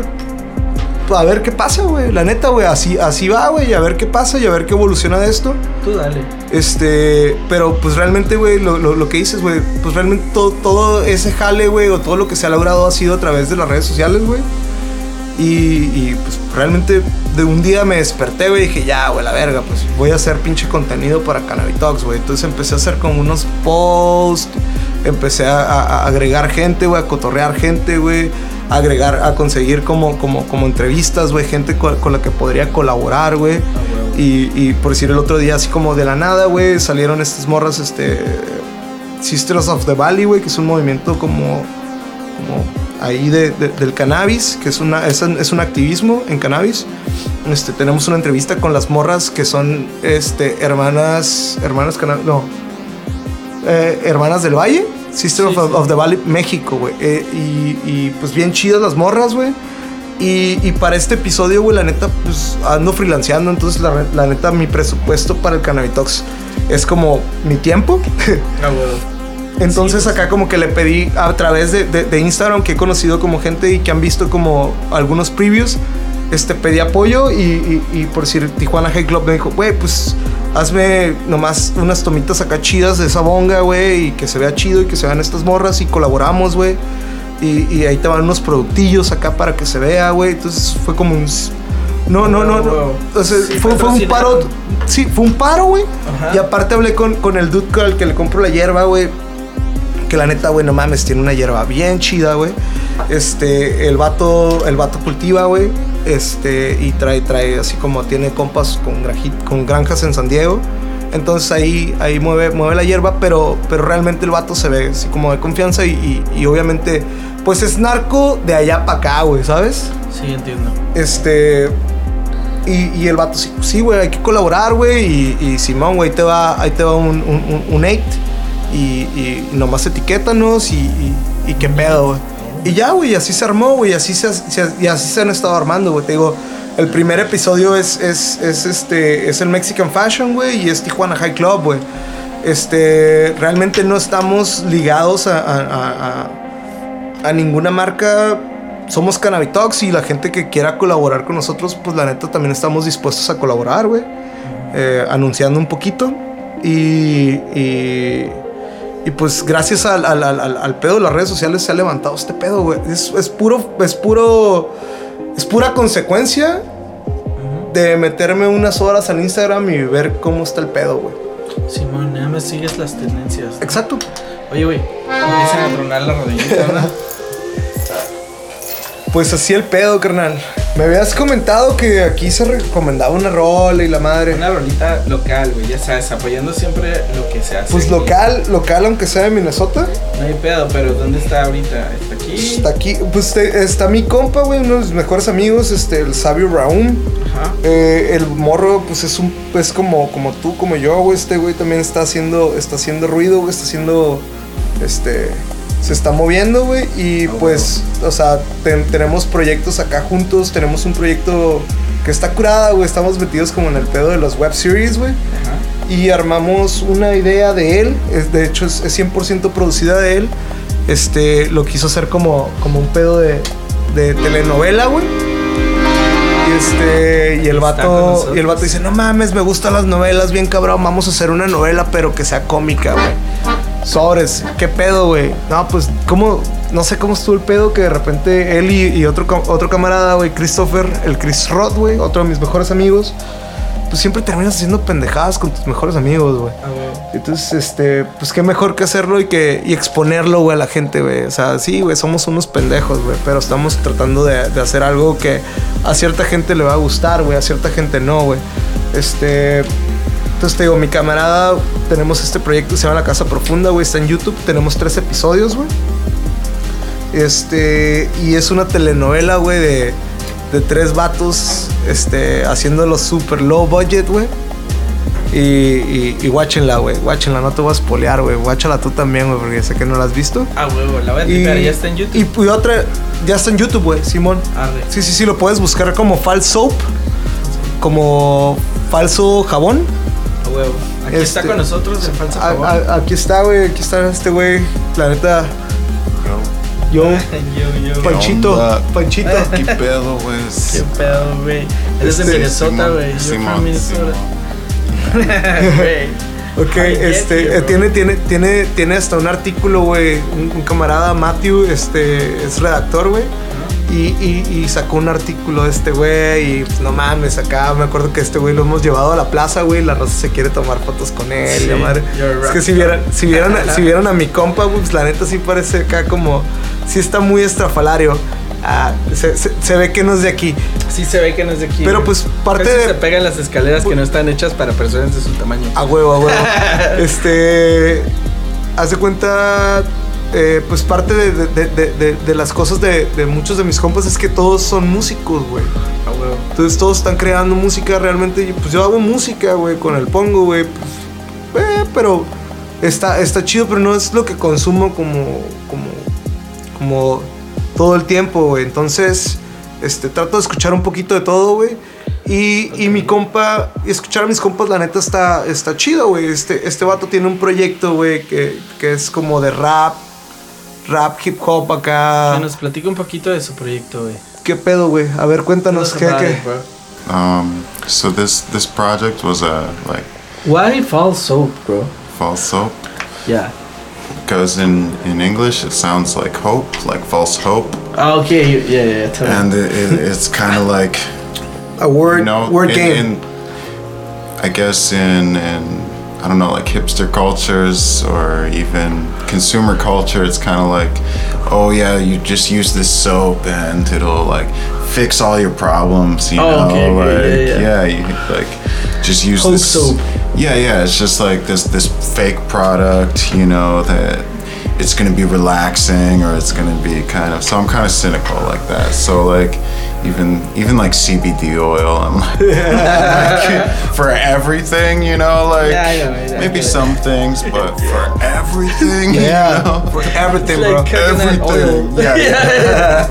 A ver qué pasa, güey. La neta, güey, así, así va, güey, a ver qué pasa y a ver qué evoluciona de esto. Tú dale. Este... Pero, pues, realmente, güey, lo, lo, lo que dices, güey, pues, realmente todo, todo ese jale, güey, o todo lo que se ha logrado ha sido a través de las redes sociales, güey. Y, y, pues, realmente de un día me desperté, güey, y dije, ya, güey, la verga, pues voy a hacer pinche contenido para Cannabitox, güey. Entonces empecé a hacer como unos posts, empecé a, a, a agregar gente, güey, a cotorrear gente, güey, agregar, a conseguir como, como, como entrevistas, güey, gente con, con la que podría colaborar, güey. Oh, y, y por decir el otro día, así como de la nada, güey, salieron estas morras, este, Sisters of the Valley, güey, que es un movimiento como, como ahí de, de, del cannabis, que es, una, es, es un activismo en cannabis. Este, tenemos una entrevista con las morras que son, este, hermanas, hermanas, cana- no, eh, hermanas del Valle. Sister sí, of, sí. of the Valley, México, güey. Eh, y, y pues bien chidas las morras, güey. Y, y para este episodio, güey, la neta, pues ando freelanceando. Entonces, la, la neta, mi presupuesto para el Cannabitox es como mi tiempo. Ah, bueno. Entonces, sí, acá como que le pedí a través de, de, de Instagram, que he conocido como gente y que han visto como algunos previews, este, pedí apoyo. Y, y, y por decir, Tijuana High Club me dijo, güey, pues hazme nomás unas tomitas acá chidas de esa bonga, güey, y que se vea chido y que se vean estas morras, y colaboramos, güey. Y, y ahí te van unos productillos acá para que se vea, güey. Entonces fue como un... No, no, no, no. O sea, sí, fue, fue un paro... Sí, fue un paro, güey. Y aparte hablé con, con el dude al que le compro la hierba, güey. Que la neta, güey, no mames, tiene una hierba bien chida, güey. Este, el vato, el vato cultiva, güey. Este, y trae, trae así como tiene compas con, granjit, con granjas en San Diego. Entonces ahí, ahí mueve, mueve la hierba, pero, pero realmente el vato se ve así como de confianza y, y, y obviamente, pues es narco de allá para acá, güey, ¿sabes? Sí, entiendo. Este, y, y el vato, sí, güey, hay que colaborar, güey, y, y Simón, güey, ahí te va, ahí te va un, un, un eight, y, y nomás etiquétanos, y, y, y qué pedo, güey. Y ya, güey, así se armó, güey, así se, se, y así se han estado armando, güey. Te digo, el primer episodio es, es, es, este, es el Mexican Fashion, güey, y es Tijuana High Club, güey. Este, realmente no estamos ligados a, a, a, a ninguna marca. Somos Cannabitox y la gente que quiera colaborar con nosotros, pues la neta también estamos dispuestos a colaborar, güey. Eh, anunciando un poquito. Y... y Y pues gracias al, al, al, al pedo de las redes sociales se ha levantado este pedo, güey. Es, es puro, es puro, es pura consecuencia uh-huh. de meterme unas horas al Instagram y ver cómo está el pedo, güey. Simón, nada más sigues las tendencias. Exacto. Oye, güey, empiezan a tronar la rodillita, ¿no? Pues así el pedo, carnal. Me habías comentado que aquí se recomendaba una rola y la madre. Una rolita local, güey, ya sabes, apoyando siempre lo que se hace. Pues local, local aunque sea de Minnesota. No hay pedo, pero ¿dónde está ahorita? ¿Está aquí? Está aquí, pues te, está mi compa, güey, uno de mis mejores amigos, este, el Sabio Raúl. Ajá. Eh, el morro, pues es un, es como, como tú, como yo, güey. Este güey también está haciendo, está haciendo ruido, güey, está haciendo, este... se está moviendo, güey, y oh, pues, wow. o sea, ten, tenemos proyectos acá juntos, tenemos un proyecto que está curada, güey, estamos metidos como en el pedo de los web series, güey, y armamos una idea de él, es, de hecho es, es cien por ciento producida de él, este, lo quiso hacer como, como un pedo de, de telenovela, güey, y este, y el vato, y el vato dice, no mames, me gustan las novelas, bien cabrón, vamos a hacer una novela, pero que sea cómica, güey. Sobres, ¿qué pedo, güey? No, pues, ¿cómo? No sé cómo estuvo el pedo que de repente él y, y otro, otro camarada, güey, Christopher, el Chris Roth, güey, otro de mis mejores amigos, pues siempre terminas haciendo pendejadas con tus mejores amigos, güey. Ah, güey. Entonces, este, pues qué mejor que hacerlo y que y exponerlo, güey, a la gente, güey. O sea, sí, güey, somos unos pendejos, güey, pero estamos tratando de, de hacer algo que a cierta gente le va a gustar, güey, a cierta gente no, güey. Este... Entonces te digo, mi camarada, tenemos este proyecto, se llama La Casa Profunda, güey, está en YouTube, tenemos tres episodios, güey. Este, y es una telenovela, güey, de, de tres vatos, este, haciéndolo super low budget, güey. Y, y, y watchenla, güey, watchenla, no te voy a spoilear, güey, watchala tú también, güey, porque sé que no la has visto. Ah, güey, la voy a tirar, ya está en YouTube. Y, y otra, ya está en YouTube, güey, Simón. Arre. Sí, sí, sí, lo puedes buscar como False Soap, como falso jabón. Huevo. Aquí este, está con nosotros el falso jabón. A, a, aquí está, güey. Aquí está este güey. La neta. Yo. yo, yo. Panchito. Panchito. ¿Qué pedo, güey? ¿Qué pedo, güey? Eres este, de Minnesota, güey. Yo soy de Minnesota. Ok, Ay, este. You, eh, tiene, tiene, tiene, tiene hasta un artículo, güey. Un, un camarada, Matthew, este. Es redactor, güey. Y, y, y sacó un artículo de este güey y pues no mames, acá me acuerdo que este güey lo hemos llevado a la plaza, güey, la raza se quiere tomar fotos con él, sí, la madre. Es que si vieran, si vieran, si vieran a mi compa, güey, pues la neta sí parece acá como, sí está muy estrafalario. Ah, se, se, se ve que no es de aquí. Sí se ve que no es de aquí. Pero pues parte Casi de... se pegan las escaleras que no están hechas para personas de su tamaño. A huevo, a huevo. este... Haz de cuenta... Eh, pues parte de, de, de, de, de las cosas de, de muchos de mis compas es que todos son músicos, güey. Ah, güey. Entonces todos están creando música realmente. Y pues yo hago música, güey, con el pongo, güey. Pues, eh, pero está, está chido, pero no es lo que consumo como, como, como todo el tiempo, güey. Entonces, este, trato de escuchar un poquito de todo, güey. Y, okay. y mi compa, y escuchar a mis compas, la neta está, está chido, güey. Este, este vato tiene un proyecto, güey, que, que es como de rap. Rap, hip hop acá. Que nos platica un poquito de su proyecto, güey. ¿Qué pedo, güey? A ver, cuéntanos qué, qué. Um, so this this project was a like. Why false soap, bro? False soap. Yeah. Because in in English it sounds like hope, like false hope. Oh, okay, yeah, yeah. Totally. And it, it, it's kind of like a word, you know, word in, game. In, I guess in in. I don't know, like hipster cultures or even consumer culture, it's kind of like, oh yeah, you just use this soap and it'll like fix all your problems, you oh, know, okay, like okay, yeah, yeah. yeah, you like just use Hope this soap. Yeah, yeah, it's just like this this fake product, you know, that it's gonna be relaxing or it's gonna be kind of, so I'm kind of cynical like that. So like even even like C B D oil, I'm like, like for everything, you know, like yeah, I know, I know, maybe I some things, but for everything, yeah, you know? For everything, it's like bro. Everything, oil. yeah. yeah.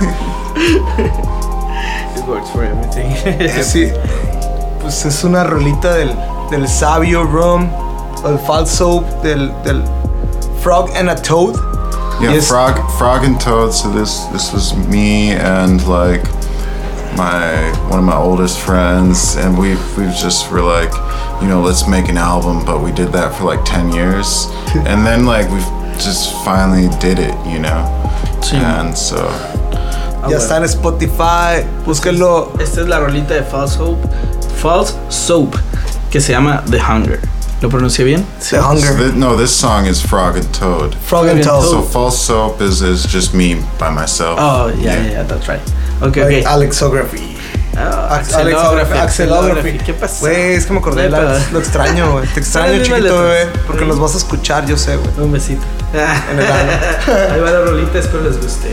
It works for everything. Sí, pues es una rolita del del Sabio Rum, el false soap, del del Frog and a Toad. Yeah, yes. frog, frog and toad. So this, this was me and like my one of my oldest friends, and we we just were like, you know, let's make an album. But we did that for like ten years, and then like we just finally did it, you know. Sí. And so. Oh, ya está en Spotify, búsquenlo. Esta es la rolita de False Hope, False Soap, que se llama The Hunger. ¿Lo pronuncié bien? The Hunger. So th- no, this song is Frog and Toad. Frog and Toad. So False Soap is, is just me by myself. Oh, yeah, yeah, yeah, that's right. Okay, like okay. Alexography. Oh, Axelography. Axelography. ¿Qué pasó? Güey, es que me acordé, la, lo extraño, güey. Te extraño, chiquito, güey. Porque los vas a escuchar, yo sé, güey. Un besito. En el ano. Ahí va la rolita, espero les guste.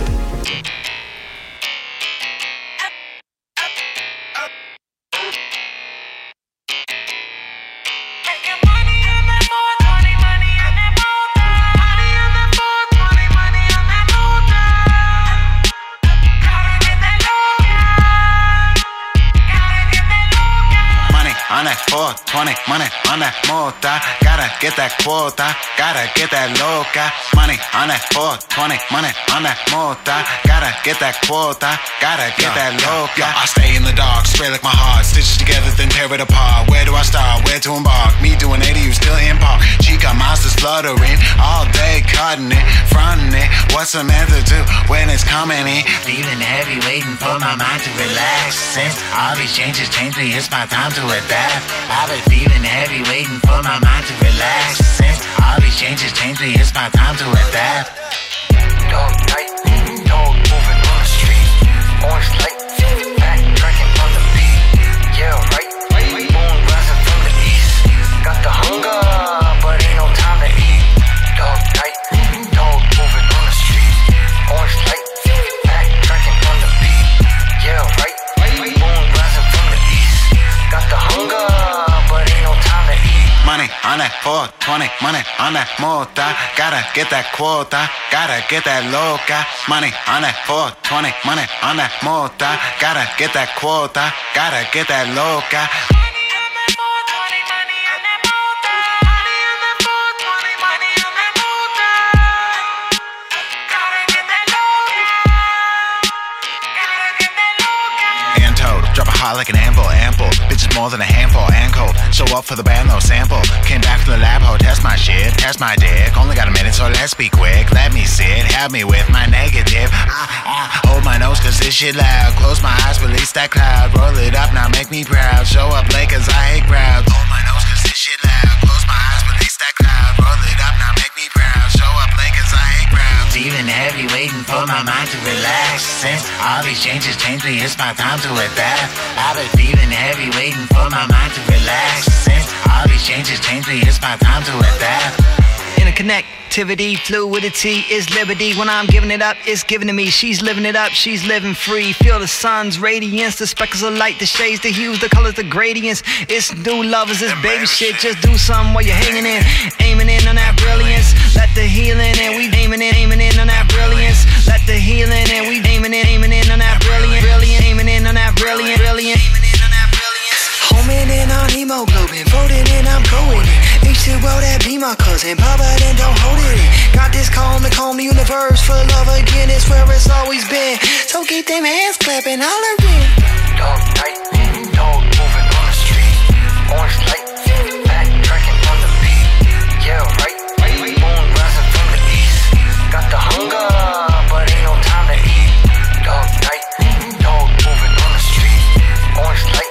four twenty, money on that mota. Gotta get that quota, gotta get that loca. Money on that four twenty, money on that mota. Gotta get that quota, gotta get yeah, that loca. Yeah, I stay in the dark, spray like my heart. Stitches together, then tear it apart. Where do I start? Where to embark? Me doing eighty, you still in park. Chica monsters fluttering, all day cutting it, fronting it. What's a man to do when it's coming in? Feeling heavy, waiting for my mind to relax. Since all these changes change me, it's my time to adapt. I've been feeling heavy, waiting for my mind to relax. Since all these changes change me, it's my time to adapt. Dog tight, dog moving on the street. Orange light, back drinking from the beat. Yeah, right, moon rising from the east. Got the hunger, but ain't no time to eat. Dog tight, dog moving on the street. Orange light, back drinking from the beat. Yeah, right, moon rising from the east. Got the hunger, but ain't no time to eat. Money on that four twenty, money on that mota. Gotta get that quota, gotta get that loca. Money on that four twenty, money on that mota. Gotta get that quota, gotta get that loca. Drop a high like an anvil, ample. Bitches more than a handful and cold. Show up for the band, no sample. Came back from the lab, ho, test my shit, test my dick. Only got a minute, so let's be quick. Let me sit, have me with my negative. Ah, ah. Hold my nose, cause this shit loud. Close my eyes, release that cloud. Roll it up, now make me proud. Show up late, cause I hate crowds. Hold my nose, cause this shit loud. Close my eyes, release that cloud. Roll it up, now make me proud. Show up late, cause I hate crowds. Feeling heavy, waiting for my mind to relax. Since all these changes change me, it's my time to adapt. I've been feeling heavy, waiting for my mind to relax. Since all these changes change me, it's my time to adapt. Interconnectivity, fluidity is liberty. When I'm giving it up, it's given to me. She's living it up, she's living free. Feel the sun's radiance, the speckles of light, the shades, the hues, the colors, the gradients. It's new lovers, it's baby shit. Just do something while you're hanging in, aiming in on that brilliance. Let the healing in, we aiming in, aiming in on that brilliance. Let the healing in, we aiming in, aiming in on that brilliant, brilliant, aiming in on that brilliant, brilliant. Homing in on hemoglobin, voting in, I'm going in. H two O, that be my cousin, Papa then don't hold it in. Got this calm to calm the universe, full of again, it's where it's always been. So keep them hands clapping, hollering. Dog tight, dog moving on the street. Orange light, back tracking on the beat. Yeah, right, moon rising from the east. Got the hunger, but ain't no time to eat. Dog tight, dog moving on the street. Orange light.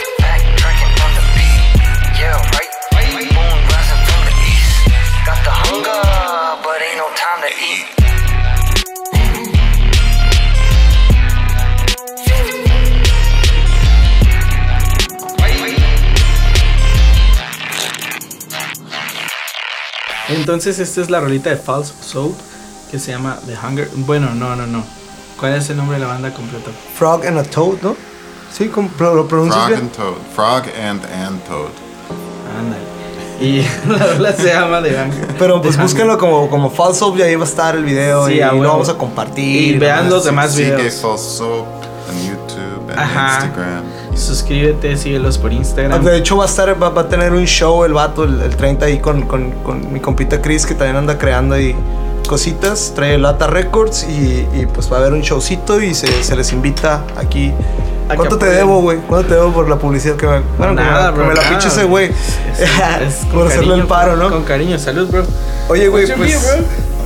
Entonces esta es la rolita de False Soul que se llama The Hunger. Bueno, no, no, no. ¿Cuál es el nombre de la banda completa? Frog and a Toad, ¿no? Sí, ¿cómo lo pronuncias Frog bien? and Toad. Frog and and Toad. Ándale. Y la rola se llama The Hunger. Pero pues The búsquenlo como, como False Soap y ahí va a estar el video. Sí, y a lo huevo. vamos a compartir. Y vean los demás Sigue videos. False Soap en YouTube, en Ajá. Instagram. Suscríbete, síguelos por Instagram. De hecho va a estar, va, va a tener un show el vato el, el treinta ahí con, con, con mi compita Chris, que también anda creando ahí cositas. Trae Lata Records y, y pues va a haber un showcito y se, se les invita aquí. A ¿Cuánto que te apoyen. debo, güey? ¿Cuánto te debo por la publicidad que me... Bueno, nada, que bro, me la nada, pinche ese güey. güey. Es- es con Por hacerle cariño, el paro, ¿no? Con cariño, salud, bro. Oye, güey, What's your pues... beer,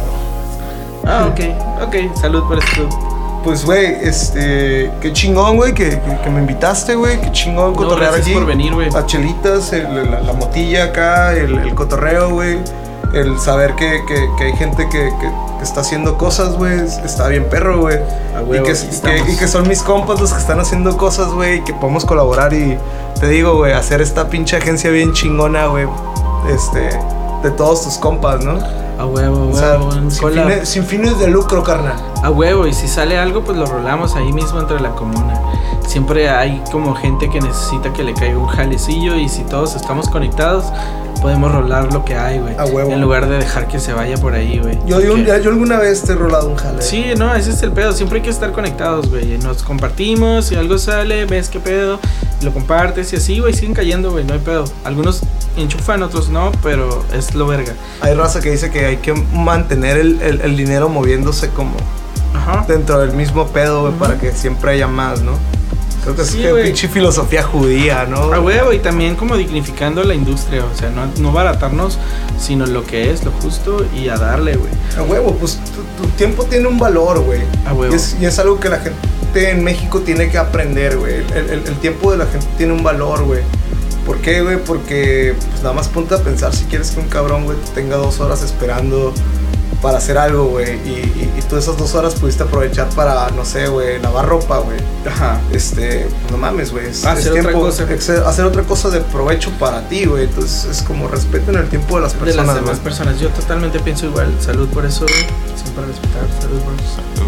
bro? Ah, ok, ok, salud por esto. Pues, güey, este... Qué chingón, güey, que, que, que me invitaste, güey. Qué chingón No, cotorrear gracias aquí. por venir, güey. Las chelitas, el- la, la motilla acá, el, el cotorreo, güey. El saber que, que, que hay gente que, que, que está haciendo cosas, güey. Está bien perro, güey. A Y huevo, que, aquí y, que, estamos. y que son mis compas los que están haciendo cosas, güey. Y que podemos colaborar y... Te digo, güey, hacer esta pinche agencia bien chingona, güey. Este... De todos tus compas, ¿no? A huevo, a O sea, huevo. un sin collab. fines, sin fines de lucro, carnal. A huevo, y si sale algo, pues lo rolamos ahí mismo entre la comuna. Siempre hay como gente que necesita que le caiga un jalecillo y si todos estamos conectados, podemos rolar lo que hay, güey. A huevo. En lugar de dejar que se vaya por ahí, güey. Yo, yo, Porque- yo alguna vez te he rolado un jale. Sí, no, ese es el pedo. Siempre hay que estar conectados, güey. Nos compartimos, si algo sale, ves qué pedo, lo compartes y así, güey. Siguen cayendo, güey, no hay pedo. Algunos enchufan, otros no, pero es lo verga. Hay raza que dice que hay que mantener el, el, el dinero moviéndose como Ajá. dentro del mismo pedo, güey, para que siempre haya más, ¿no? Creo que Sí, es que güey. pinche filosofía judía, ¿no? A huevo, y también como dignificando la industria, o sea, no, no baratarnos, sino lo que es, lo justo y a darle, güey. A huevo, pues tu, tu tiempo tiene un valor, güey. A huevo. Y es, y es algo que la gente en México tiene que aprender, güey. El, el- el tiempo de la gente tiene un valor, güey. ¿Por qué, güey? Porque pues nada más ponte a pensar si quieres que un cabrón, güey, te tenga dos horas esperando para hacer algo, güey. Y, y, y tú esas dos horas pudiste aprovechar para, no sé, güey, lavar ropa, güey. Ajá. Este, pues no mames, güey. Es, Hacer es otra tiempo, cosa. ex- hacer otra cosa de provecho para ti, güey. Entonces es como respeten el tiempo de las De personas, las demás güey. personas, yo totalmente pienso igual. Salud por eso, güey. Siempre respetar, salud por eso.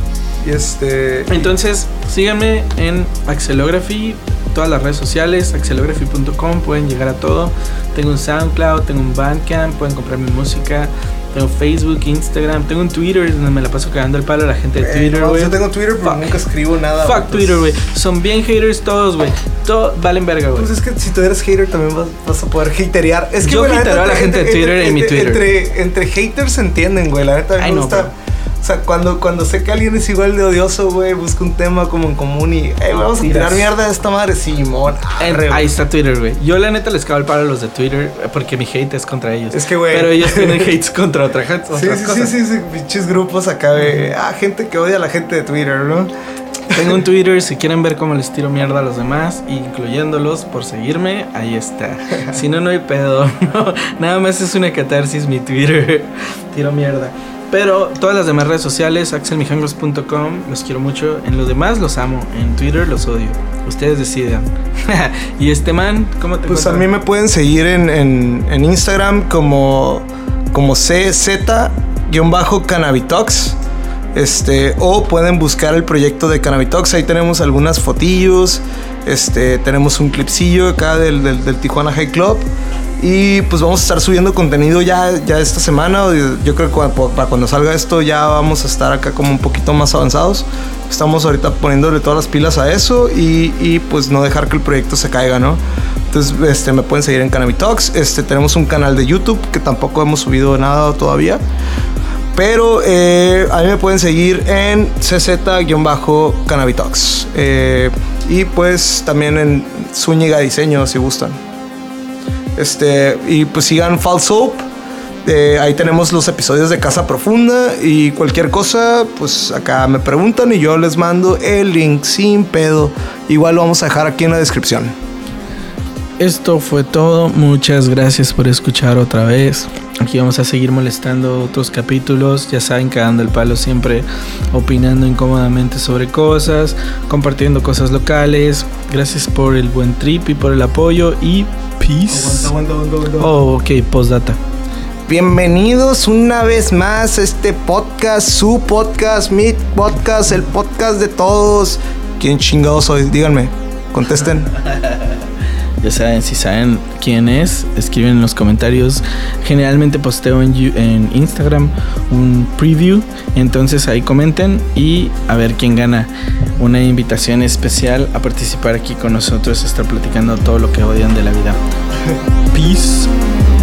Y este... Entonces, síganme en Axelography, todas las redes sociales, axelography punto com, pueden llegar a todo. Tengo un SoundCloud, tengo un Bandcamp, pueden comprar mi música. Tengo Facebook, Instagram, tengo un Twitter donde me la paso cagando el palo a la gente de Eh, Twitter, no, güey. yo tengo Twitter, pero Fuck. nunca escribo nada. Fuck güey, Twitter, güey. Son bien haters todos, güey. Todos valen verga, güey. Pues es que si tú eres hater también vas, vas a poder haterear. Es que, Yo güey, hateo a la neta, gente de entre- Twitter en mi entre- Twitter. Entre, entre haters se entienden, güey. La neta a mí Ay, me no, gusta. bro. O sea, cuando, cuando sé que alguien es igual de odioso, güey, busco un tema como en común y, hey, vamos a tirar mierda de esta madre, Simón. En, ahí está Twitter, güey. Yo la neta les cago el palo a los de Twitter porque mi hate es contra ellos. Es que, güey. Pero ellos tienen hates contra otra gente. Sí, sí, sí, sí, sí, pinches grupos acá, güey. Ah, gente que odia a la gente de Twitter, ¿no? Tengo un Twitter, si quieren ver cómo les tiro mierda a los demás, incluyéndolos por seguirme, ahí está. Si no, no hay pedo. No, nada más es una catarsis mi Twitter. Tiro mierda. Pero todas las demás redes sociales, axel mijangos punto com, los quiero mucho. En los demás los amo, en Twitter los odio. Ustedes decidan. Y este man, ¿cómo te Pues encuentran? a mí me pueden seguir en, en, en Instagram como, como C Z-Cannabitox. Este, o pueden buscar el proyecto de Cannabitox. Ahí tenemos algunas fotillos. Este, tenemos un clipsillo acá del, del, del Tijuana High Club. Y pues vamos a estar subiendo contenido ya, ya esta semana. Yo creo que para cuando salga esto ya vamos a estar acá como un poquito más avanzados. Estamos ahorita poniéndole todas las pilas a eso. Y, y pues no dejar que el proyecto se caiga, ¿no? Entonces este, me pueden seguir en Cannabitox. Este, tenemos un canal de YouTube que tampoco hemos subido nada todavía. Pero eh, a mí me pueden seguir en C Z-Cannabitox. Eh, y pues también en Zúñiga Diseño si gustan. Este, y pues sigan Falsoap. Eh, ahí tenemos los episodios de Casa Profunda. Y cualquier cosa, pues acá me preguntan y yo les mando el link sin pedo. Igual lo vamos a dejar aquí en la descripción. Esto fue todo. Muchas gracias por escuchar otra vez. Aquí vamos a seguir molestando otros capítulos. Ya saben, cagando el palo siempre, opinando incómodamente sobre cosas, compartiendo cosas locales. Gracias por el buen trip y por el apoyo. Y peace. Aguanta, aguanta, aguanta, aguanta. Oh, ok, postdata. Bienvenidos una vez más a este podcast, su podcast, mi podcast, el podcast de todos. ¿Quién chingados soy? Díganme, contesten. Ya saben, si saben quién es, escriben en los comentarios. Generalmente posteo en, en Instagram un preview, entonces ahí comenten y a ver quién gana una invitación especial a participar aquí con nosotros, a estar platicando todo lo que odian de la vida. Peace.